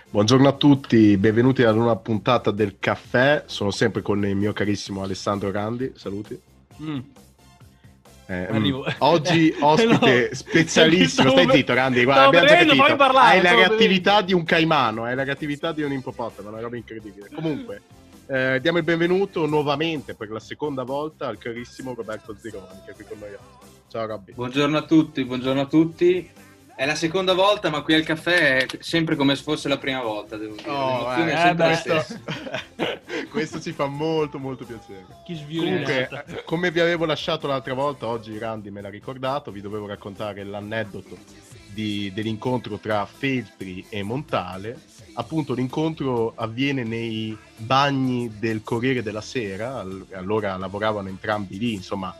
Buongiorno a tutti, benvenuti ad una puntata del caffè. Sono sempre con il mio carissimo Alessandro Randi. Saluti. Mm. Arrivo. Oggi ospite No, specialissimo. Stai zitto, Randi. Guarda, stavo abbiamo già bevendo, fammi capito. parlare. Hai la Stavo reattività bevendo. di un caimano, hai la reattività di un ippopotamo, una roba incredibile. Comunque, diamo il benvenuto nuovamente per la seconda volta al carissimo Roberto Zironi, che è qui con noi oggi. Ciao Robby. Buongiorno a tutti, buongiorno a tutti. È la seconda volta, ma qui al caffè è sempre come se fosse la prima volta, devo dire. L'emozione è sempre la stessa. Questo ci fa molto molto piacere. Chi sviolinata. Comunque, come vi avevo lasciato l'altra volta, oggi Randy me l'ha ricordato, vi dovevo raccontare l'aneddoto dell'incontro tra Feltri e Montale. Appunto l'incontro avviene nei bagni del Corriere della Sera, allora lavoravano entrambi lì, insomma.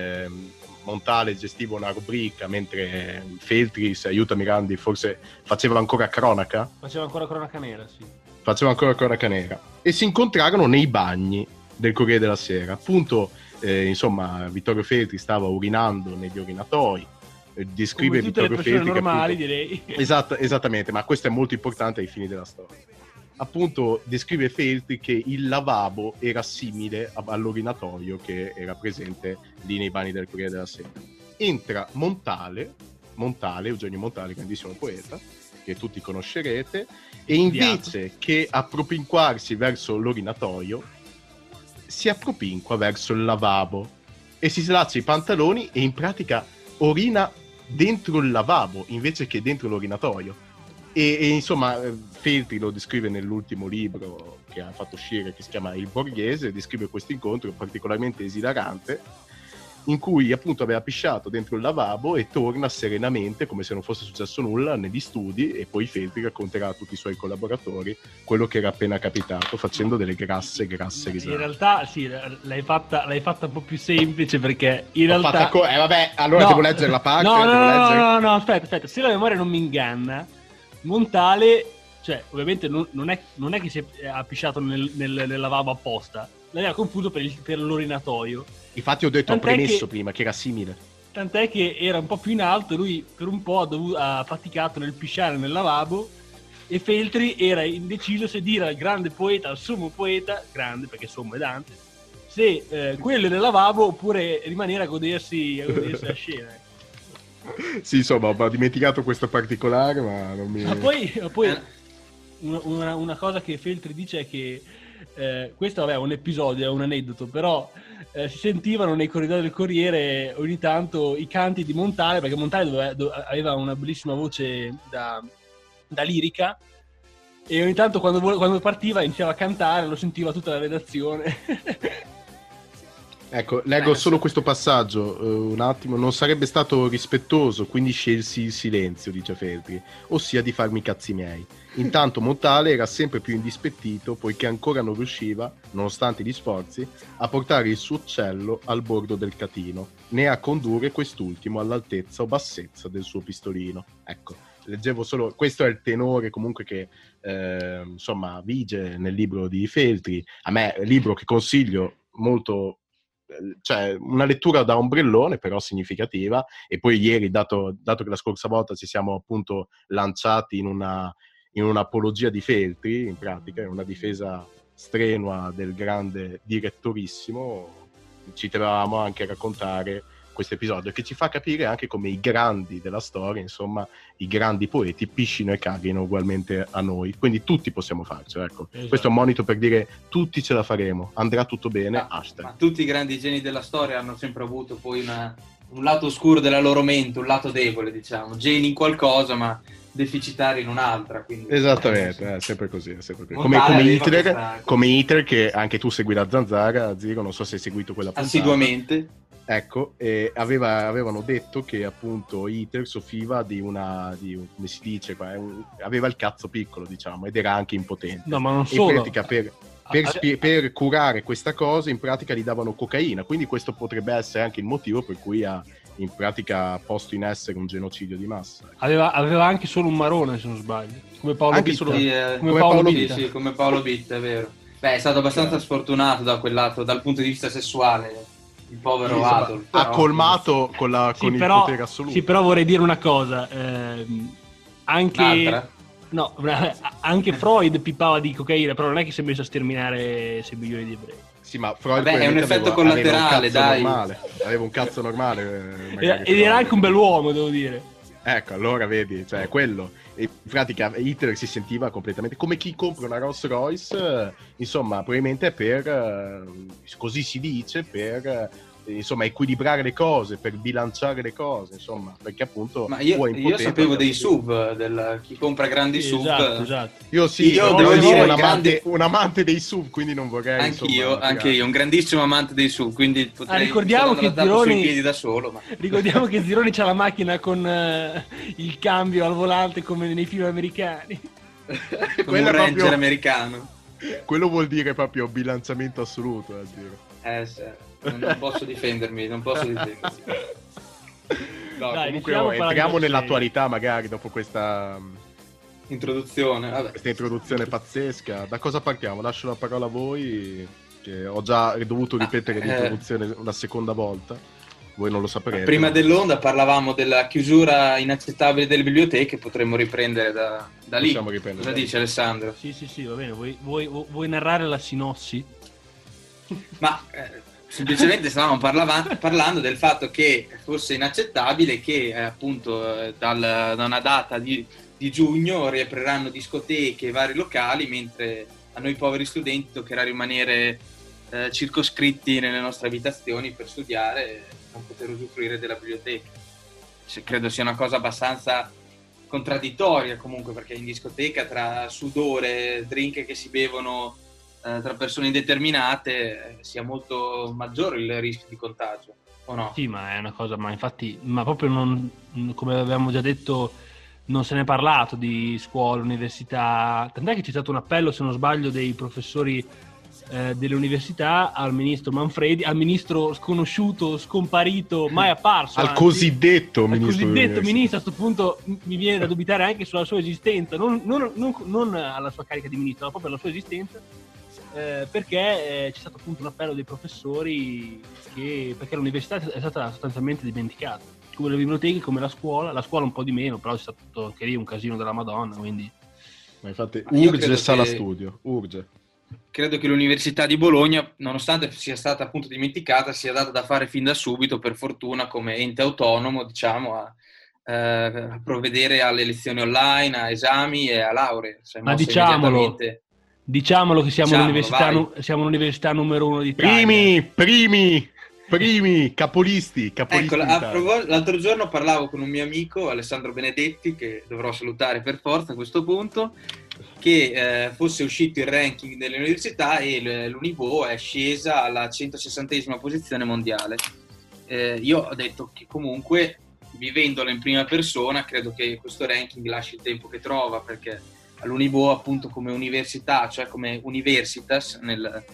Montale gestiva una rubrica, mentre Feltri, se aiutami Randy, forse faceva ancora cronaca. Faceva ancora cronaca nera, sì. Faceva ancora cronaca nera. E si incontrarono nei bagni del Corriere della Sera. Appunto, insomma, Vittorio Feltri stava urinando negli urinatoi. Descrive Come tutte le Vittorio persone Feltri normali, che, direi. esattamente, ma questo è molto importante ai fini della storia. Appunto, descrive Feltri che il lavabo era simile all'urinatorio che era presente lì nei bagni del Corriere della Sera. Entra Montale, Eugenio Montale, grandissimo poeta, che tutti conoscerete, e invece che appropinquarsi verso l'urinatoio, si appropinqua verso il lavabo e si slaccia i pantaloni e in pratica orina dentro il lavabo invece che dentro l'urinatoio. E insomma, Feltri lo descrive nell'ultimo libro che ha fatto uscire, che si chiama Il Borghese, descrive questo incontro particolarmente esilarante, in cui appunto aveva pisciato dentro il lavabo e torna serenamente, come se non fosse successo nulla, negli studi, e poi Feltri racconterà a tutti i suoi collaboratori quello che era appena capitato, facendo delle grasse risate. In realtà sì, l'hai fatta un po' più semplice, perché in realtà... vabbè, allora no, devo leggere la parte. No, aspetta, se la memoria non mi inganna, Montale, cioè ovviamente non è che ha pisciato nel lavabo apposta, l'aveva confuso per l'urinatoio. Infatti ho detto, ho premesso prima che era simile. Tant'è che era un po' più in alto, lui per un po' ha faticato nel pisciare nel lavabo, e Feltri era indeciso se dire al grande poeta, al sommo poeta, grande perché sommo è Dante, se quello nel lavabo oppure rimanere a godersi la scena. Sì, insomma, ho dimenticato questo particolare, ma non mi... Ma poi una cosa che Feltri dice è che questo vabbè, è un episodio, è un aneddoto, però si sentivano nei corridoi del Corriere ogni tanto i canti di Montale, perché Montale aveva una bellissima voce da lirica, e ogni tanto quando partiva iniziava a cantare, lo sentiva tutta la redazione. Ecco, leggo solo questo passaggio, un attimo. Non sarebbe stato rispettoso, quindi scelsi il silenzio, dice Feltri, ossia di farmi i cazzi miei. Intanto Montale era sempre più indispettito, poiché ancora non riusciva, nonostante gli sforzi, a portare il suo uccello al bordo del catino, né a condurre quest'ultimo all'altezza o bassezza del suo pistolino. Ecco, leggevo solo... Questo è il tenore comunque che, insomma, vige nel libro di Feltri. A me, libro che consiglio molto... cioè una lettura da ombrellone però significativa. E poi ieri, dato che la scorsa volta ci siamo appunto lanciati in un'apologia di Feltri, in pratica in una difesa strenua del grande direttorissimo, ci tenevamo anche a raccontare questo episodio che ci fa capire anche come i grandi della storia, insomma i grandi poeti, piscino e caghino ugualmente a noi, quindi tutti possiamo farcelo, ecco. Esatto. Questo è un monito per dire tutti ce la faremo, andrà tutto bene, hashtag. Ma tutti i grandi geni della storia hanno sempre avuto poi un lato oscuro della loro mente, un lato debole, diciamo, geni in qualcosa ma deficitari in un'altra, quindi... Esattamente, è sempre così, Montale come Hitler, che anche tu segui la Zanzara, Ziro, non so se hai seguito quella puntata. Assiduamente. Ecco, avevano detto che appunto Hitler soffriva come si dice, aveva il cazzo piccolo, diciamo, ed era anche impotente. No, ma non solo. In pratica per curare questa cosa, in pratica gli davano cocaina, quindi questo potrebbe essere anche il motivo per cui ha in pratica posto in essere un genocidio di massa. Aveva anche solo un marone, se non sbaglio, come Paolo anche Bitta. Come Paolo Bitta. Sì, come Paolo Bitta, è vero. Beh, è stato abbastanza sfortunato da quel lato, dal punto di vista sessuale. Il povero Adolf ha colmato con il potere assoluto. Sì, però vorrei dire una cosa, anche No, anche Freud pippava di cocaina, però non è che si è messo a sterminare 6 milioni di ebrei. Sì, ma Freud Vabbè, è un effetto collaterale, dai. Aveva un cazzo normale. Ed era anche un bell'uomo, devo dire. Ecco, allora vedi, cioè quello. E in pratica Hitler si sentiva completamente come chi compra una Rolls Royce, insomma, probabilmente per, così si dice, per insomma equilibrare le cose, per bilanciare le cose, insomma, perché appunto ma io sapevo dei SUV, chi compra grandi SUV. Esatto. Io devo dire un amante dei SUV, quindi non vorrei anche io un grandissimo amante dei SUV, quindi potrei ricordiamo che Zironi in piedi da solo, ma... ricordiamo che Zironi c'ha la macchina con il cambio al volante come nei film americani. Come un Ranger americano. Quello vuol dire proprio bilanciamento assoluto, a dire. Sì. Non posso difendermi. No, dai, comunque entriamo nell'attualità magari dopo questa introduzione. Vabbè. Questa introduzione pazzesca. Da cosa partiamo? Lascio la parola a voi, che ho già dovuto ripetere l'introduzione una seconda volta. Voi non lo saprete. Prima dell'onda parlavamo della chiusura inaccettabile delle biblioteche, potremmo riprendere da lì. Possiamo riprendere. Cosa dice Alessandro? Sì, va bene. Vuoi narrare la sinossi? Ma... semplicemente stavamo parlando del fatto che fosse inaccettabile che appunto da una data di giugno riapriranno discoteche e vari locali, mentre a noi poveri studenti toccherà rimanere circoscritti nelle nostre abitazioni per studiare e non poter usufruire della biblioteca. Credo sia una cosa abbastanza contraddittoria comunque, perché in discoteca tra sudore, drink che si bevono tra persone indeterminate sia molto maggiore il rischio di contagio, o no? Sì, ma è una cosa, ma infatti, ma proprio non, come avevamo già detto, non se ne è parlato di scuole, università, tant'è che c'è stato un appello, se non sbaglio, dei professori delle università al ministro Manfredi, al ministro sconosciuto, scomparito, mai apparso, al cosiddetto ministro ministro. A questo punto mi viene da dubitare anche sulla sua esistenza, non alla sua carica di ministro, ma proprio alla sua esistenza. Perché c'è stato appunto un appello dei professori perché l'università è stata sostanzialmente dimenticata, come le biblioteche, come la scuola un po' di meno, però c'è stato anche lì un casino della Madonna, quindi... Ma infatti urge sala studio, urge. Credo che l'Università di Bologna, nonostante sia stata appunto dimenticata, sia data da fare fin da subito, per fortuna, come ente autonomo, diciamo, a provvedere alle lezioni online, a esami e a lauree. Ma diciamolo che siamo l'università numero 1 d'Italia. Primi, capolisti. Ecco, l'altro giorno parlavo con un mio amico, Alessandro Benedetti, che dovrò salutare per forza a questo punto, che fosse uscito il ranking delle università e l'Univo è scesa alla 160esima posizione mondiale. Io ho detto che comunque, vivendolo in prima persona, credo che questo ranking lasci il tempo che trova, perché all'Univo, appunto, come università, cioè come universitas nel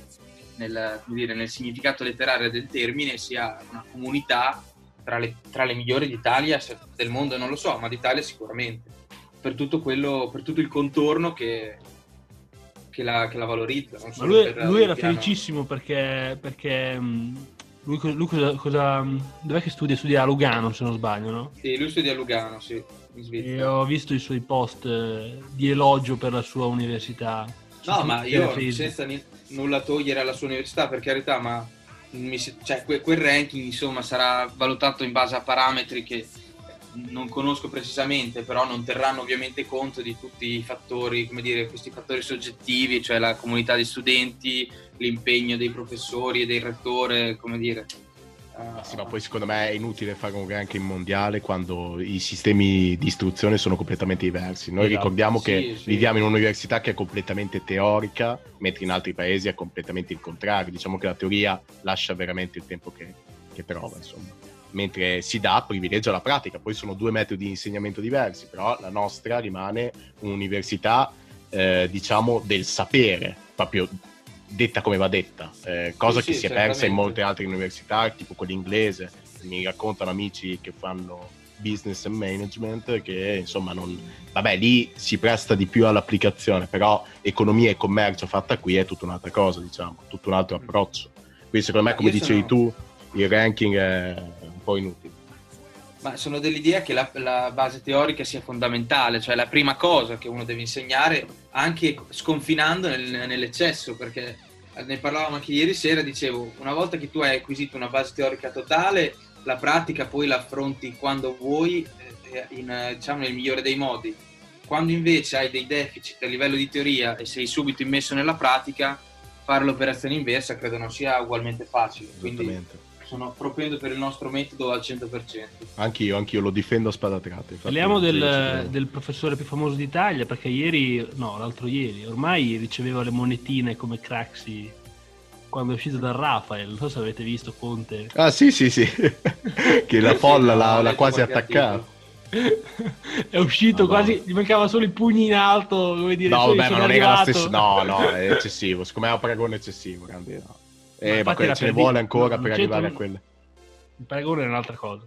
significato letterario del termine, sia una comunità tra le migliori d'Italia, del mondo non lo so, ma d'Italia sicuramente, per tutto il contorno che la valorizza. Non solo lui era felicissimo perché lui dov'è che studia a Lugano, se non sbaglio, no? Sì, lui studia a Lugano, sì, in Svizzera. E ho visto i suoi post di elogio per la sua università. No, ma io senza nulla togliere alla sua università, per carità, ma quel ranking, insomma, sarà valutato in base a parametri che non conosco precisamente, però non terranno ovviamente conto di tutti i fattori, come dire, questi fattori soggettivi, cioè la comunità di studenti, l'impegno dei professori e del rettore, come dire. Sì, ma poi secondo me è inutile fare un ranking mondiale quando i sistemi di istruzione sono completamente diversi. Noi ricordiamo che viviamo in un'università che è completamente teorica, mentre in altri paesi è completamente il contrario. Diciamo che la teoria lascia veramente il tempo che trova, insomma. Mentre si dà privilegio alla pratica. Poi sono due metodi di insegnamento diversi, però la nostra rimane un'università, diciamo, del sapere, proprio detta come va detta, cosa che si è persa in molte altre università, tipo quella inglese. Mi raccontano amici che fanno business and management che insomma lì si presta di più all'applicazione, però economia e commercio fatta qui è tutta un'altra cosa, diciamo, tutto un altro approccio. Quindi secondo me, come dicevi tu, il ranking è un po' inutile. Ma sono dell'idea che la base teorica sia fondamentale, cioè la prima cosa che uno deve insegnare, anche sconfinando nell'eccesso, perché ne parlavamo anche ieri sera, dicevo, una volta che tu hai acquisito una base teorica totale, la pratica poi la affronti quando vuoi, diciamo nel migliore dei modi. Quando invece hai dei deficit a livello di teoria e sei subito immesso nella pratica, fare l'operazione inversa credo non sia ugualmente facile. Quindi sono propendo per il nostro metodo al 100%. Anch'io lo difendo a spada tratta. Parliamo del professore più famoso d'Italia, perché l'altro ieri, ormai riceveva le monetine come Craxi quando è uscito dal Rafael. Non so se avete visto Conte. Ah sì, che la folla l'ha quasi attaccato. È uscito quasi, gli mancava solo i pugni in alto, come dire, no vabbè, ma non era la stessa, no, è eccessivo, secondo me è un paragone eccessivo, grande, no. Ma ce ne vuole ancora per arrivare a quelle. Il paragone è un'altra cosa.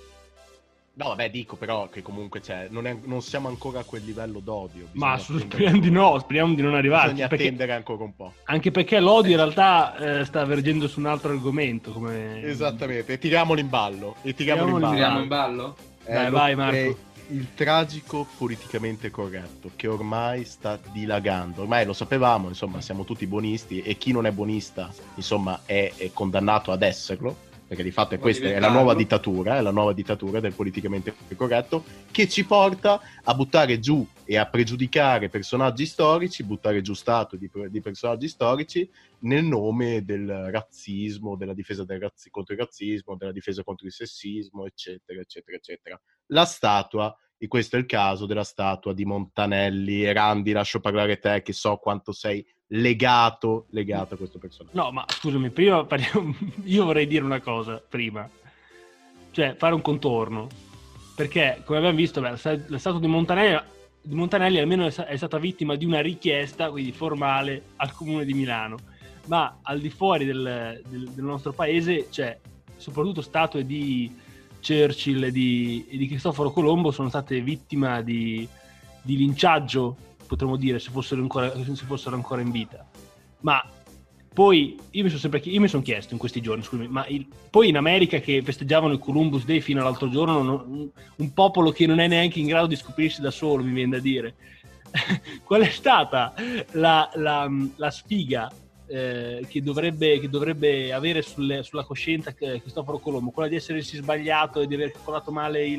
No vabbè, dico però che comunque non siamo ancora a quel livello d'odio. Ma speriamo di no, speriamo di non arrivarci. Bisogna attendere ancora un po'. Anche perché l'odio in realtà sta vergendo su un altro argomento, come... Esattamente, e tiriamolo in ballo. Tiriamo in ballo? Vai Marco. Il tragico politicamente corretto che ormai sta dilagando. Ormai lo sapevamo, insomma, siamo tutti buonisti e chi non è buonista, insomma, è condannato ad esserlo, perché di fatto questa è la nuova dittatura, del politicamente corretto, che ci porta a buttare giù e a pregiudicare personaggi storici, buttare giù statue di personaggi storici nel nome del razzismo, della difesa contro il razzismo, della difesa contro il sessismo, eccetera, eccetera, eccetera. La statua, e questo è il caso della statua di Montanelli. Randi, lascio parlare te, che so quanto sei legato a questo personaggio. No, ma scusami, io vorrei dire una cosa prima, cioè fare un contorno, perché come abbiamo visto, la statua di Montanelli almeno è stata vittima di una richiesta, quindi formale, al Comune di Milano, ma al di fuori del nostro paese c'è soprattutto statue di Churchill e di Cristoforo Colombo sono state vittima di linciaggio, potremmo dire, se fossero ancora in vita. Ma poi io mi sono chiesto in questi giorni, scusami, ma poi in America, che festeggiavano il Columbus Day fino all'altro giorno, un popolo che non è neanche in grado di scoprirsi da solo, mi viene da dire, qual è stata la sfiga che dovrebbe avere sulla coscienza Cristoforo Colombo, quella di essersi sbagliato e di aver calcolato male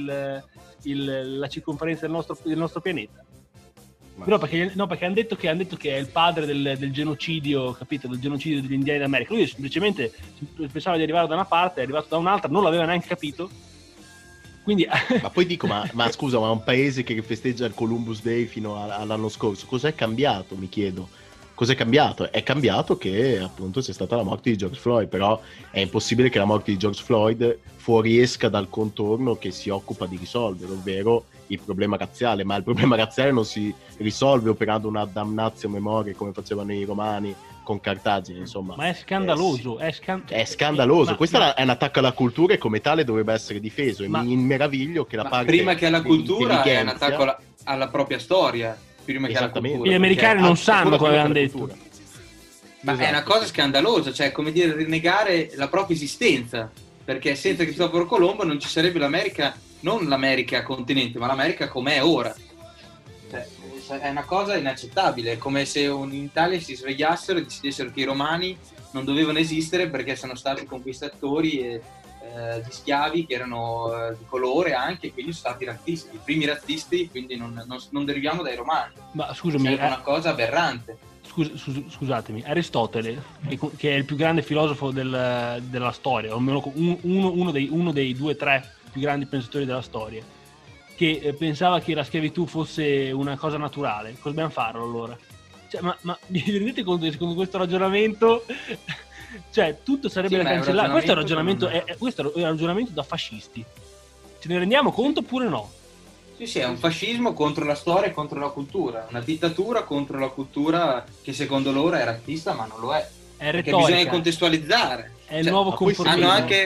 la circonferenza del nostro pianeta? Però perché hanno detto che è il padre del genocidio, capito? Del genocidio degli indiani d'America. Lui semplicemente pensava di arrivare da una parte, è arrivato da un'altra, non l'aveva neanche capito. Quindi... Ma poi dico, ma scusa, ma un paese che festeggia il Columbus Day fino all'anno scorso, cos'è cambiato, mi chiedo? Cos'è cambiato? È cambiato che appunto c'è stata la morte di George Floyd, però è impossibile che la morte di George Floyd fuoriesca dal contorno che si occupa di risolvere, ovvero il problema razziale, ma il problema razziale non si risolve operando una damnatio memoria come facevano i romani con Cartagine, insomma. Ma è scandaloso, è scandaloso. Questo è un attacco alla cultura e come tale dovrebbe essere difeso, e mi meraviglio che la parte prima che alla cultura è un attacco alla propria storia. Prima che alla cultura, gli americani non sanno come avevano detto. Ma è una cosa scandalosa, cioè come dire rinnegare la propria esistenza, perché senza Cristoforo Colombo non ci sarebbe l'America, non l'America continente, ma l'America com'è ora. Cioè, è una cosa inaccettabile, è come se in Italia si svegliassero e decidessero che i romani non dovevano esistere perché sono stati conquistatori di schiavi che erano di colore anche, quindi sono stati razzisti, i primi razzisti, quindi non deriviamo dai romani. Ma scusami, è una cosa aberrante. Scusatemi, Aristotele, che è il più grande filosofo della storia, o almeno uno dei 2 o 3 più grandi pensatori della storia, che pensava che la schiavitù fosse una cosa naturale, cosa dobbiamo farlo allora? Cioè, ma vi rendete conto che secondo questo ragionamento... Cioè, tutto sarebbe da cancellare. Questo è un ragionamento da fascisti. Ce ne rendiamo conto oppure no? Sì, è un fascismo contro la storia e contro la cultura. Una dittatura contro la cultura che secondo loro è razzista, ma non lo è. È retorica. Perché bisogna contestualizzare. È il nuovo conformismo.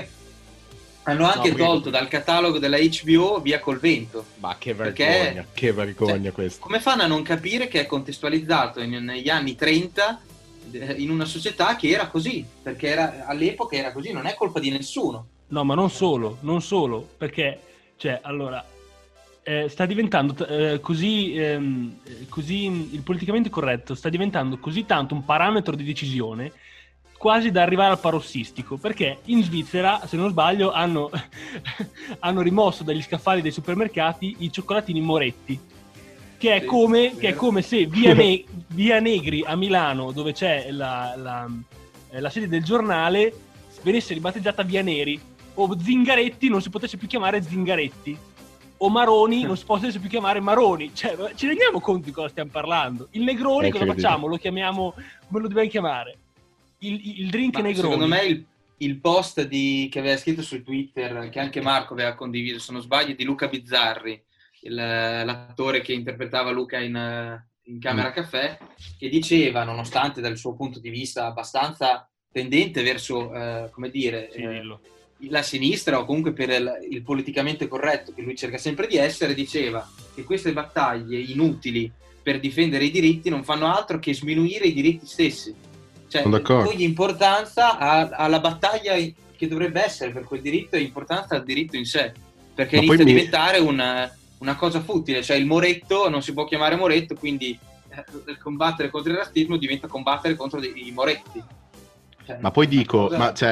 Hanno anche tolto dal catalogo della HBO Via col vento. Ma che vergogna, che vergogna questo. Come fanno a non capire che è contestualizzato negli anni 30 in una società che era così, perché all'epoca era così, non è colpa di nessuno. No, ma non solo, perché Cioè, allora, sta diventando così il politicamente corretto sta diventando così tanto un parametro di decisione quasi da arrivare al parossistico, perché in Svizzera, se non sbaglio, hanno rimosso dagli scaffali dei supermercati i cioccolatini Moretti, che è come se via Negri a Milano, dove c'è la sede del giornale, venisse ribattezzata Via Neri, o Zingaretti non si potesse più chiamare Zingaretti, o Maroni non si potesse più chiamare Maroni. Cioè, ci rendiamo conto di cosa stiamo parlando? Il Negroni cosa facciamo? Lo chiamiamo come lo dobbiamo chiamare? Il drink Negroni. Secondo me il post che aveva scritto su Twitter, che anche Marco aveva condiviso, se non sbaglio, di Luca Bizzarri, l'attore che interpretava Luca in Camera Caffè, che diceva, nonostante dal suo punto di vista abbastanza tendente verso, come dire, la sinistra, o comunque per il politicamente corretto che lui cerca sempre di essere, diceva che queste battaglie inutili per difendere i diritti non fanno altro che sminuire i diritti stessi. Cioè, togli importanza alla battaglia che dovrebbe essere per quel diritto e importanza al diritto in sé, perché inizia a diventare una cosa futile. Cioè, il Moretto non si può chiamare Moretto, quindi combattere contro il razzismo diventa combattere contro i Moretti. Cioè, ma poi dico,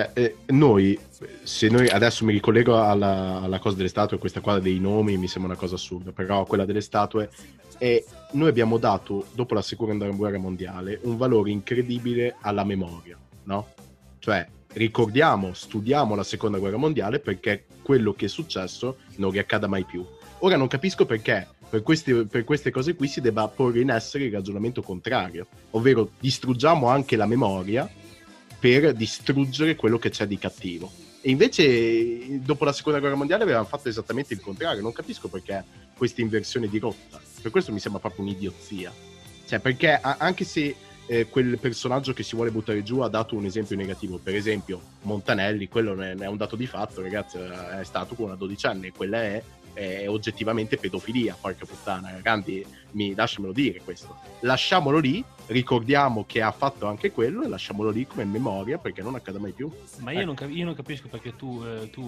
se noi adesso mi ricollego alla cosa delle statue, questa qua dei nomi mi sembra una cosa assurda, però quella delle statue, noi abbiamo dato, dopo la seconda guerra mondiale, un valore incredibile alla memoria, no? Cioè, studiamo la seconda guerra mondiale perché quello che è successo non riaccada mai più. Ora non capisco perché per queste cose qui si debba porre in essere il ragionamento contrario, ovvero distruggiamo anche la memoria per distruggere quello che c'è di cattivo. E invece dopo la seconda guerra mondiale avevano fatto esattamente il contrario. Non capisco perché questa inversione di rotta. Per questo mi sembra proprio un'idiozia. Cioè, perché anche se quel personaggio che si vuole buttare giù ha dato un esempio negativo, per esempio Montanelli, quello è un dato di fatto, ragazzi, è stato con una 12enne, quella è oggettivamente pedofilia, porca puttana, Gandhi, lasciamelo dire questo. Lasciamolo lì, ricordiamo che ha fatto anche quello e lasciamolo lì come memoria perché non accada mai più. Ma io non capisco perché tu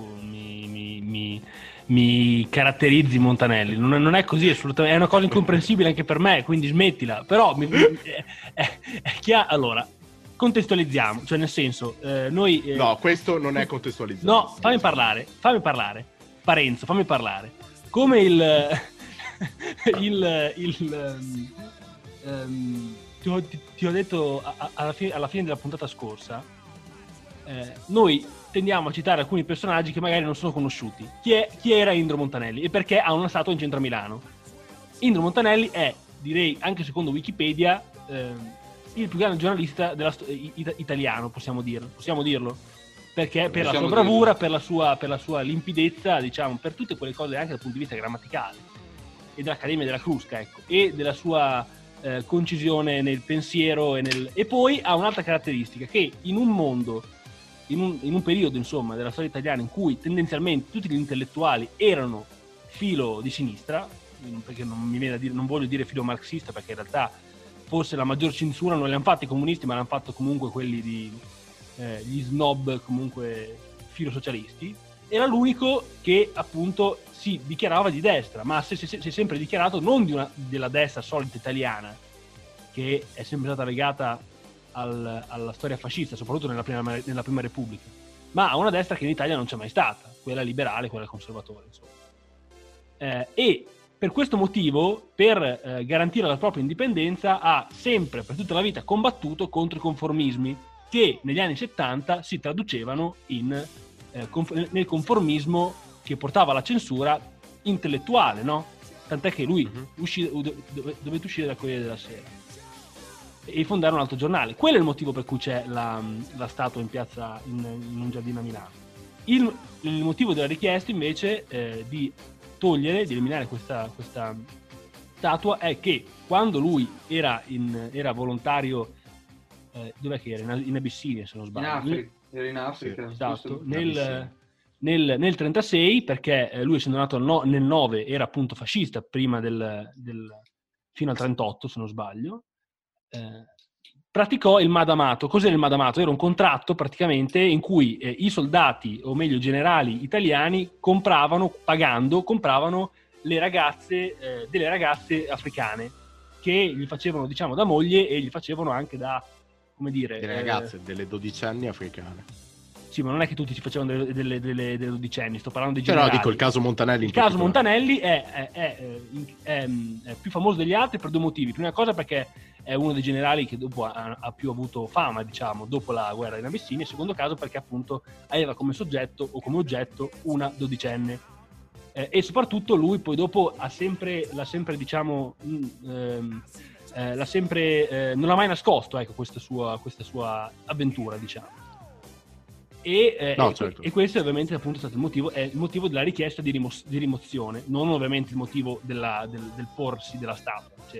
mi caratterizzi Montanelli. Non è così, assolutamente, è una cosa incomprensibile anche per me, quindi smettila. Però è chiaro. Allora, contestualizziamo, cioè nel senso, noi no, questo non è contestualizzato. No, fammi parlare. Parenzo, fammi parlare. Come ti ho detto alla fine della puntata scorsa, noi tendiamo a citare alcuni personaggi che magari non sono conosciuti. Chi era Indro Montanelli e perché ha una statua in centro a Milano? Indro Montanelli è, direi anche secondo Wikipedia, il più grande giornalista italiano, possiamo dirlo. Perché per la sua bravura, per la sua limpidezza, diciamo, per tutte quelle cose anche dal punto di vista grammaticale e dell'Accademia della Crusca, ecco, e della sua concisione nel pensiero e poi ha un'altra caratteristica, che in un mondo, in un periodo insomma della storia italiana in cui tendenzialmente tutti gli intellettuali erano filo di sinistra, perché non voglio dire filo marxista, perché in realtà forse la maggior censura non le hanno fatte i comunisti, ma l'hanno fatto comunque quelli gli snob comunque filosocialisti. Era l'unico che appunto si dichiarava di destra, ma si è sempre dichiarato non della destra solita italiana, che è sempre stata legata alla storia fascista, soprattutto nella prima Repubblica, ma a una destra che in Italia non c'è mai stata, quella liberale, quella conservatore, insomma. E per questo motivo, per garantire la propria indipendenza, ha sempre, per tutta la vita, combattuto contro i conformismi che negli anni 70 si traducevano nel conformismo che portava alla censura intellettuale, no? Tant'è che lui dovette uscire dal Corriere della Sera e fondare un altro giornale. Quello è il motivo per cui c'è la statua in piazza in un giardino a Milano. Il motivo della richiesta invece di eliminare questa statua è che quando lui era volontario, dov'è che era? In Abissinia, se non sbaglio. Era in Africa. Esatto, nel 36, perché lui, essendo nato nel 9, era appunto fascista prima fino al 38, se non sbaglio. praticò il Madamato. Cos'era il Madamato? Era un contratto praticamente in cui i soldati, o meglio i generali italiani, compravano le ragazze, delle ragazze africane, che gli facevano, diciamo, da moglie e gli facevano anche da, come dire... Delle ragazze, delle dodicenni africane. Sì, ma non è che tutti si facevano delle dodicenni, sto parlando dei Però generali. dico il caso Montanelli. Il caso Montanelli è più famoso degli altri per due motivi. Prima cosa perché è uno dei generali che dopo ha più avuto fama, diciamo, dopo la guerra in Abissinia. Secondo caso perché appunto aveva come soggetto o come oggetto una dodicenne. E soprattutto lui poi dopo l'ha sempre diciamo... non l'ha mai nascosto, ecco, questa sua avventura, diciamo. Certo. E questo è ovviamente appunto stato il motivo della richiesta di rimozione, non ovviamente il motivo del porsi della statua. Cioè.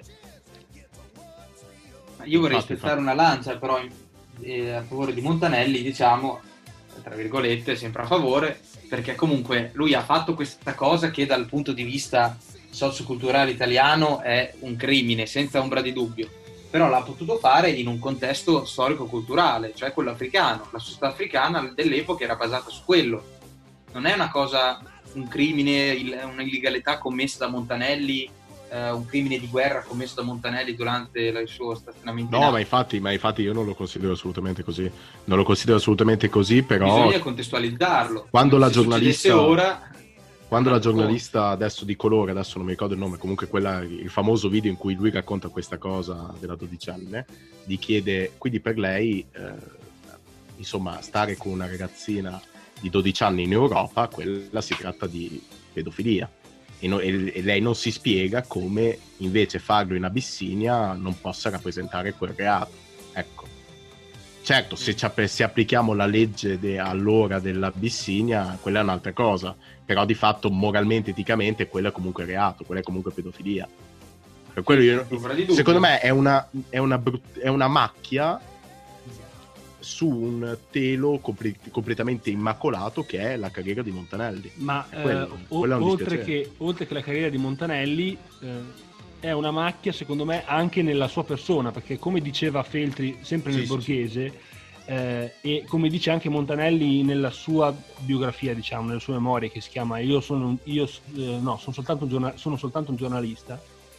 Io vorrei spezzare una lancia però a favore di Montanelli, diciamo, tra virgolette, sempre a favore, perché comunque lui ha fatto questa cosa che dal punto di vista socioculturale italiano è un crimine, senza ombra di dubbio. Però l'ha potuto fare in un contesto storico-culturale, cioè quello africano. La società africana dell'epoca era basata su quello. Non è una cosa, un crimine, un'illegalità commessa da Montanelli, un crimine di guerra commesso da Montanelli durante il suo stazionamento. No, ma infatti io non lo considero assolutamente così. Non lo considero assolutamente così, però... Bisogna contestualizzarlo. Quando la giornalista... ora... Quando la giornalista adesso di colore, adesso non mi ricordo il nome, comunque il famoso video in cui lui racconta questa cosa della dodicenne, gli chiede, quindi per lei, insomma, stare con una ragazzina di 12 anni in Europa, quella si tratta di pedofilia. E lei non si spiega come invece farlo in Abissinia non possa rappresentare quel reato. Ecco. Certo, se applichiamo la legge allora dell'Abissinia, quella è un'altra cosa, però di fatto moralmente, eticamente, quello è comunque reato, quella è comunque pedofilia. Per quello secondo me è una macchia su un telo completamente immacolato che è la carriera di Montanelli. Ma oltre che la carriera di Montanelli... è una macchia secondo me anche nella sua persona, perché come diceva Feltri sempre nel Borghese, e come dice anche Montanelli nella sua biografia, diciamo, nelle sue memorie, che si chiama sono soltanto un giornalista,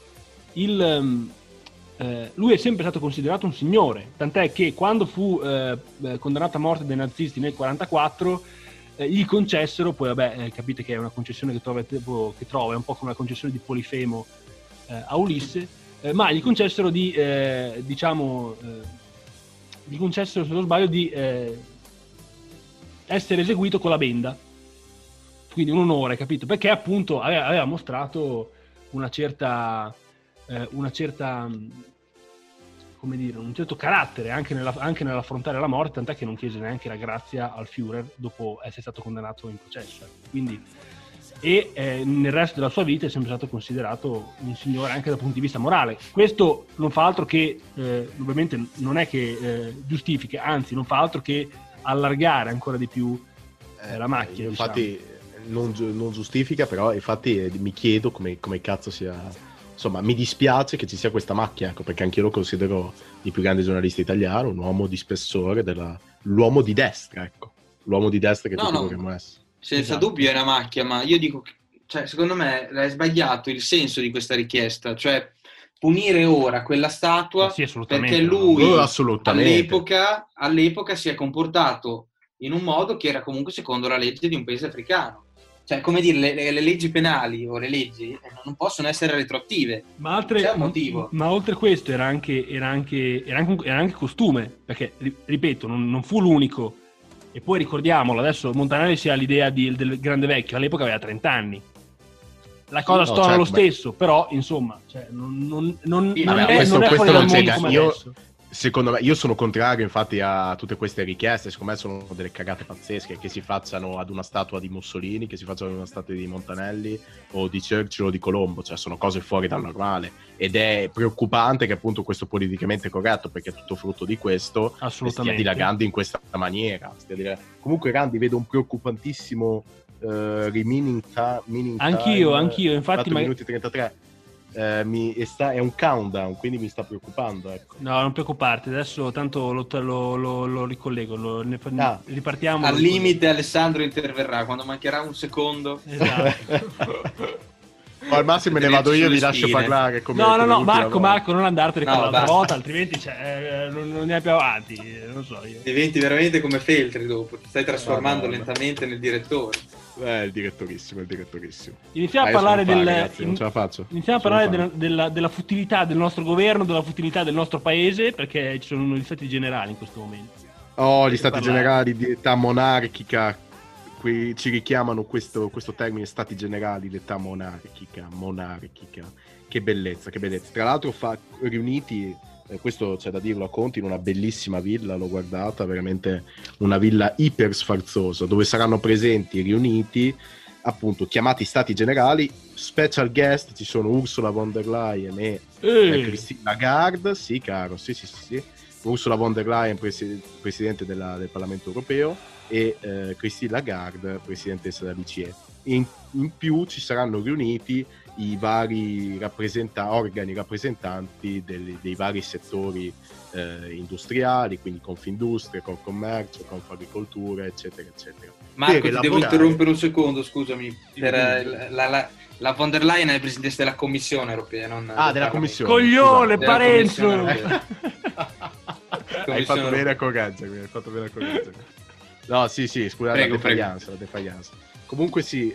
lui è sempre stato considerato un signore, tant'è che quando fu condannato a morte dai nazisti nel 1944 gli concessero, poi capite che è una concessione che trova, è un po' come una concessione di Polifemo a Ulisse, ma gli concessero gli concessero, se non sbaglio, di essere eseguito con la benda, quindi un onore, capito? Perché appunto aveva mostrato una certa come dire, un certo carattere anche nell'affrontare la morte, tant'è che non chiese neanche la grazia al Führer dopo essere stato condannato in processo. Quindi nel resto della sua vita è sempre stato considerato un signore anche dal punto di vista morale. Questo non fa altro che ovviamente non è che giustifica, anzi non fa altro che allargare ancora di più la macchia, infatti non giustifica, però infatti mi chiedo come cazzo sia, insomma mi dispiace che ci sia questa macchia, ecco, perché anch'io lo considero il più grande giornalista italiano, un uomo di spessore, l'uomo di destra, ecco, l'uomo di destra che tutti vorremmo essere. Senza dubbio è una macchia, ma io dico, cioè, secondo me è sbagliato il senso di questa richiesta, cioè punire ora quella statua perché lui all'epoca si è comportato in un modo che era comunque secondo la legge di un paese africano. Cioè, come dire, le leggi penali o le leggi non possono essere retroattive. C'è un motivo. Ma oltre questo era anche costume, perché ripeto, non fu l'unico. E poi ricordiamolo, adesso Montanelli si ha l'idea del grande vecchio, all'epoca aveva 30 anni. La cosa stona lo stesso, però insomma, cioè, non è fuori dal mondo come adesso. Secondo me, io sono contrario infatti a tutte queste richieste, secondo me sono delle cagate pazzesche, che si facciano ad una statua di Mussolini, che si facciano ad una statua di Montanelli o di Churchill o di Colombo, cioè sono cose fuori dal normale, ed è preoccupante che appunto questo politicamente corretto, perché è tutto frutto di questo, stia dilagando in questa maniera. Comunque Randi, vedo un preoccupantissimo remaining anch'io, infatti 4 minuti 33. è un countdown, quindi mi sta preoccupando, ecco. No, non preoccuparti, adesso tanto lo ricollego, ripartiamo. Al limite Alessandro interverrà quando mancherà un secondo. Esatto. Al massimo me ne vado io, vi lascio parlare. No, Marco, non andartene come l'altra volta, altrimenti non ne più avanti. Non so io. Diventi veramente come Feltri dopo, ti stai trasformando lentamente nel direttore. Il direttorissimo. Iniziamo a parlare non ce la faccio. Iniziamo a parlare della futilità del nostro governo, della futilità del nostro paese, perché ci sono gli stati generali in questo momento. Gli stati generali di età monarchica. Qui ci richiamano questo termine, stati generali d'età monarchica. Che bellezza. Tra l'altro riuniti, questo c'è da dirlo a Conti, in una bellissima villa, l'ho guardata, veramente una villa iper sfarzosa, dove saranno presenti riuniti, appunto, chiamati stati generali, special guest, ci sono Ursula von der Leyen e Christine Lagarde, sì caro, sì. Ursula von der Leyen, presidente del Parlamento Europeo, e Christine Lagarde, presidentessa della BCE. In più ci saranno riuniti i vari organi rappresentanti dei vari settori industriali, quindi Confindustria, Confcommercio, Confagricoltura, eccetera. Marco, ti devo interrompere un secondo, scusami. La von der Leyen è presidente della Commissione europea, non della Commissione. Coglione, Parenzo! Hai fatto bene a correggermi. No, sì, scusate, la defiance. Comunque sì,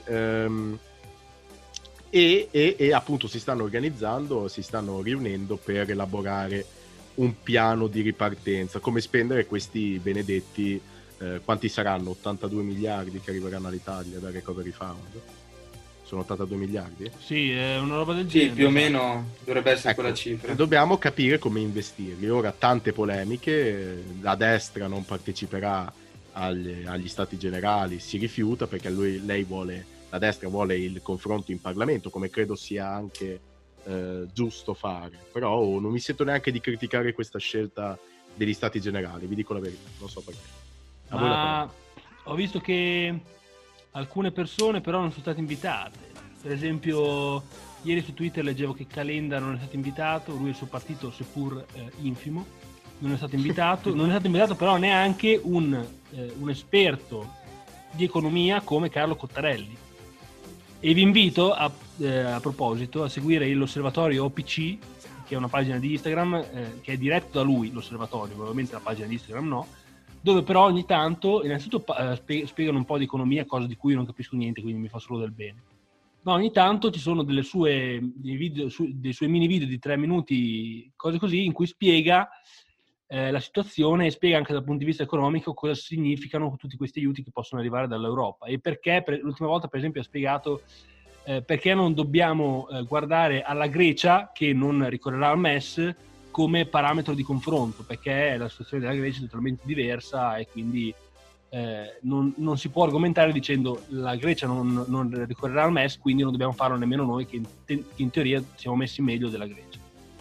e appunto si stanno organizzando, si stanno riunendo per elaborare un piano di ripartenza, come spendere questi benedetti, quanti saranno? 82 miliardi che arriveranno all'Italia dal Recovery Fund? Sono 82 miliardi? Sì, è una roba del genere. Sì, più o meno dovrebbe essere quella cifra. Dobbiamo capire come investirli. Ora tante polemiche, la destra non parteciperà agli stati generali, si rifiuta perché la destra vuole il confronto in Parlamento, come credo sia anche giusto fare, però non mi sento neanche di criticare questa scelta degli stati generali, vi dico la verità, non so perché. Ma ho visto che alcune persone però non sono state invitate, per esempio ieri su Twitter leggevo che Calenda non è stato invitato, lui e il suo partito, seppur infimo, non è stato invitato però neanche un esperto di economia come Carlo Cottarelli. E vi invito a proposito a seguire l'osservatorio OPC, che è una pagina di Instagram che è diretto da lui, l'osservatorio, ovviamente la pagina di Instagram no, dove però ogni tanto innanzitutto spiegano un po' di economia, cosa di cui non capisco niente, quindi mi fa solo del bene. Ma ogni tanto ci sono dei suoi mini video di 3 minuti, cose così, in cui spiega la situazione e spiega anche dal punto di vista economico cosa significano tutti questi aiuti che possono arrivare dall'Europa e perché l'ultima volta per esempio ha spiegato perché non dobbiamo guardare alla Grecia che non ricorrerà al MES come parametro di confronto, perché la situazione della Grecia è totalmente diversa e quindi non si può argomentare dicendo la Grecia non ricorrerà al MES, quindi non dobbiamo farlo nemmeno noi che in teoria siamo messi meglio della Grecia.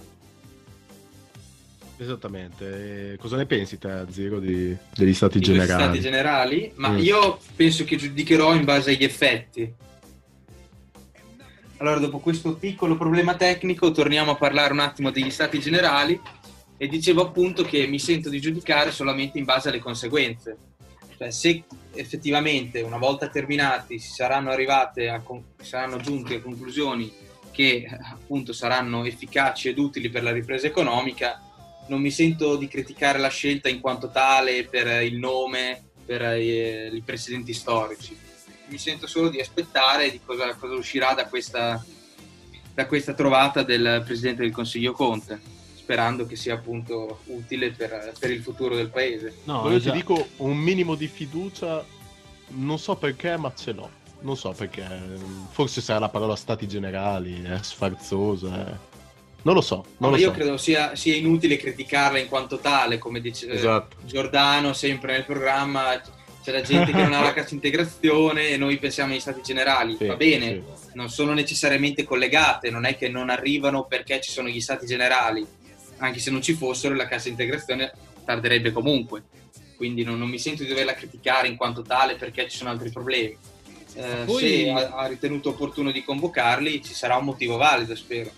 Esattamente. Cosa ne pensi te, Zero, degli stati generali? Stati generali? Ma io penso che giudicherò in base agli effetti. Allora, dopo questo piccolo problema tecnico, torniamo a parlare un attimo degli stati generali e dicevo appunto che mi sento di giudicare solamente in base alle conseguenze. Cioè, se effettivamente una volta terminati saranno giunti a conclusioni che appunto saranno efficaci ed utili per la ripresa economica, non mi sento di criticare la scelta in quanto tale per il nome, per i precedenti storici. Mi sento solo di aspettare di cosa uscirà da questa trovata del Presidente del Consiglio Conte, sperando che sia appunto utile per il futuro del Paese. No, io ti dico, un minimo di fiducia, non so perché, ma ce l'ho. Non so perché, forse sarà la parola stati generali, è sfarzosa, Non lo so. Io credo sia inutile criticarla in quanto tale, come dice Giordano sempre nel programma, c'è la gente che non ha la cassa integrazione e noi pensiamo agli stati generali. Va bene, non sono necessariamente collegate, non è che non arrivano perché ci sono gli stati generali, anche se non ci fossero la cassa integrazione tarderebbe comunque, quindi non mi sento di doverla criticare in quanto tale perché ci sono altri problemi. Se ha ritenuto opportuno di convocarli ci sarà un motivo valido, spero.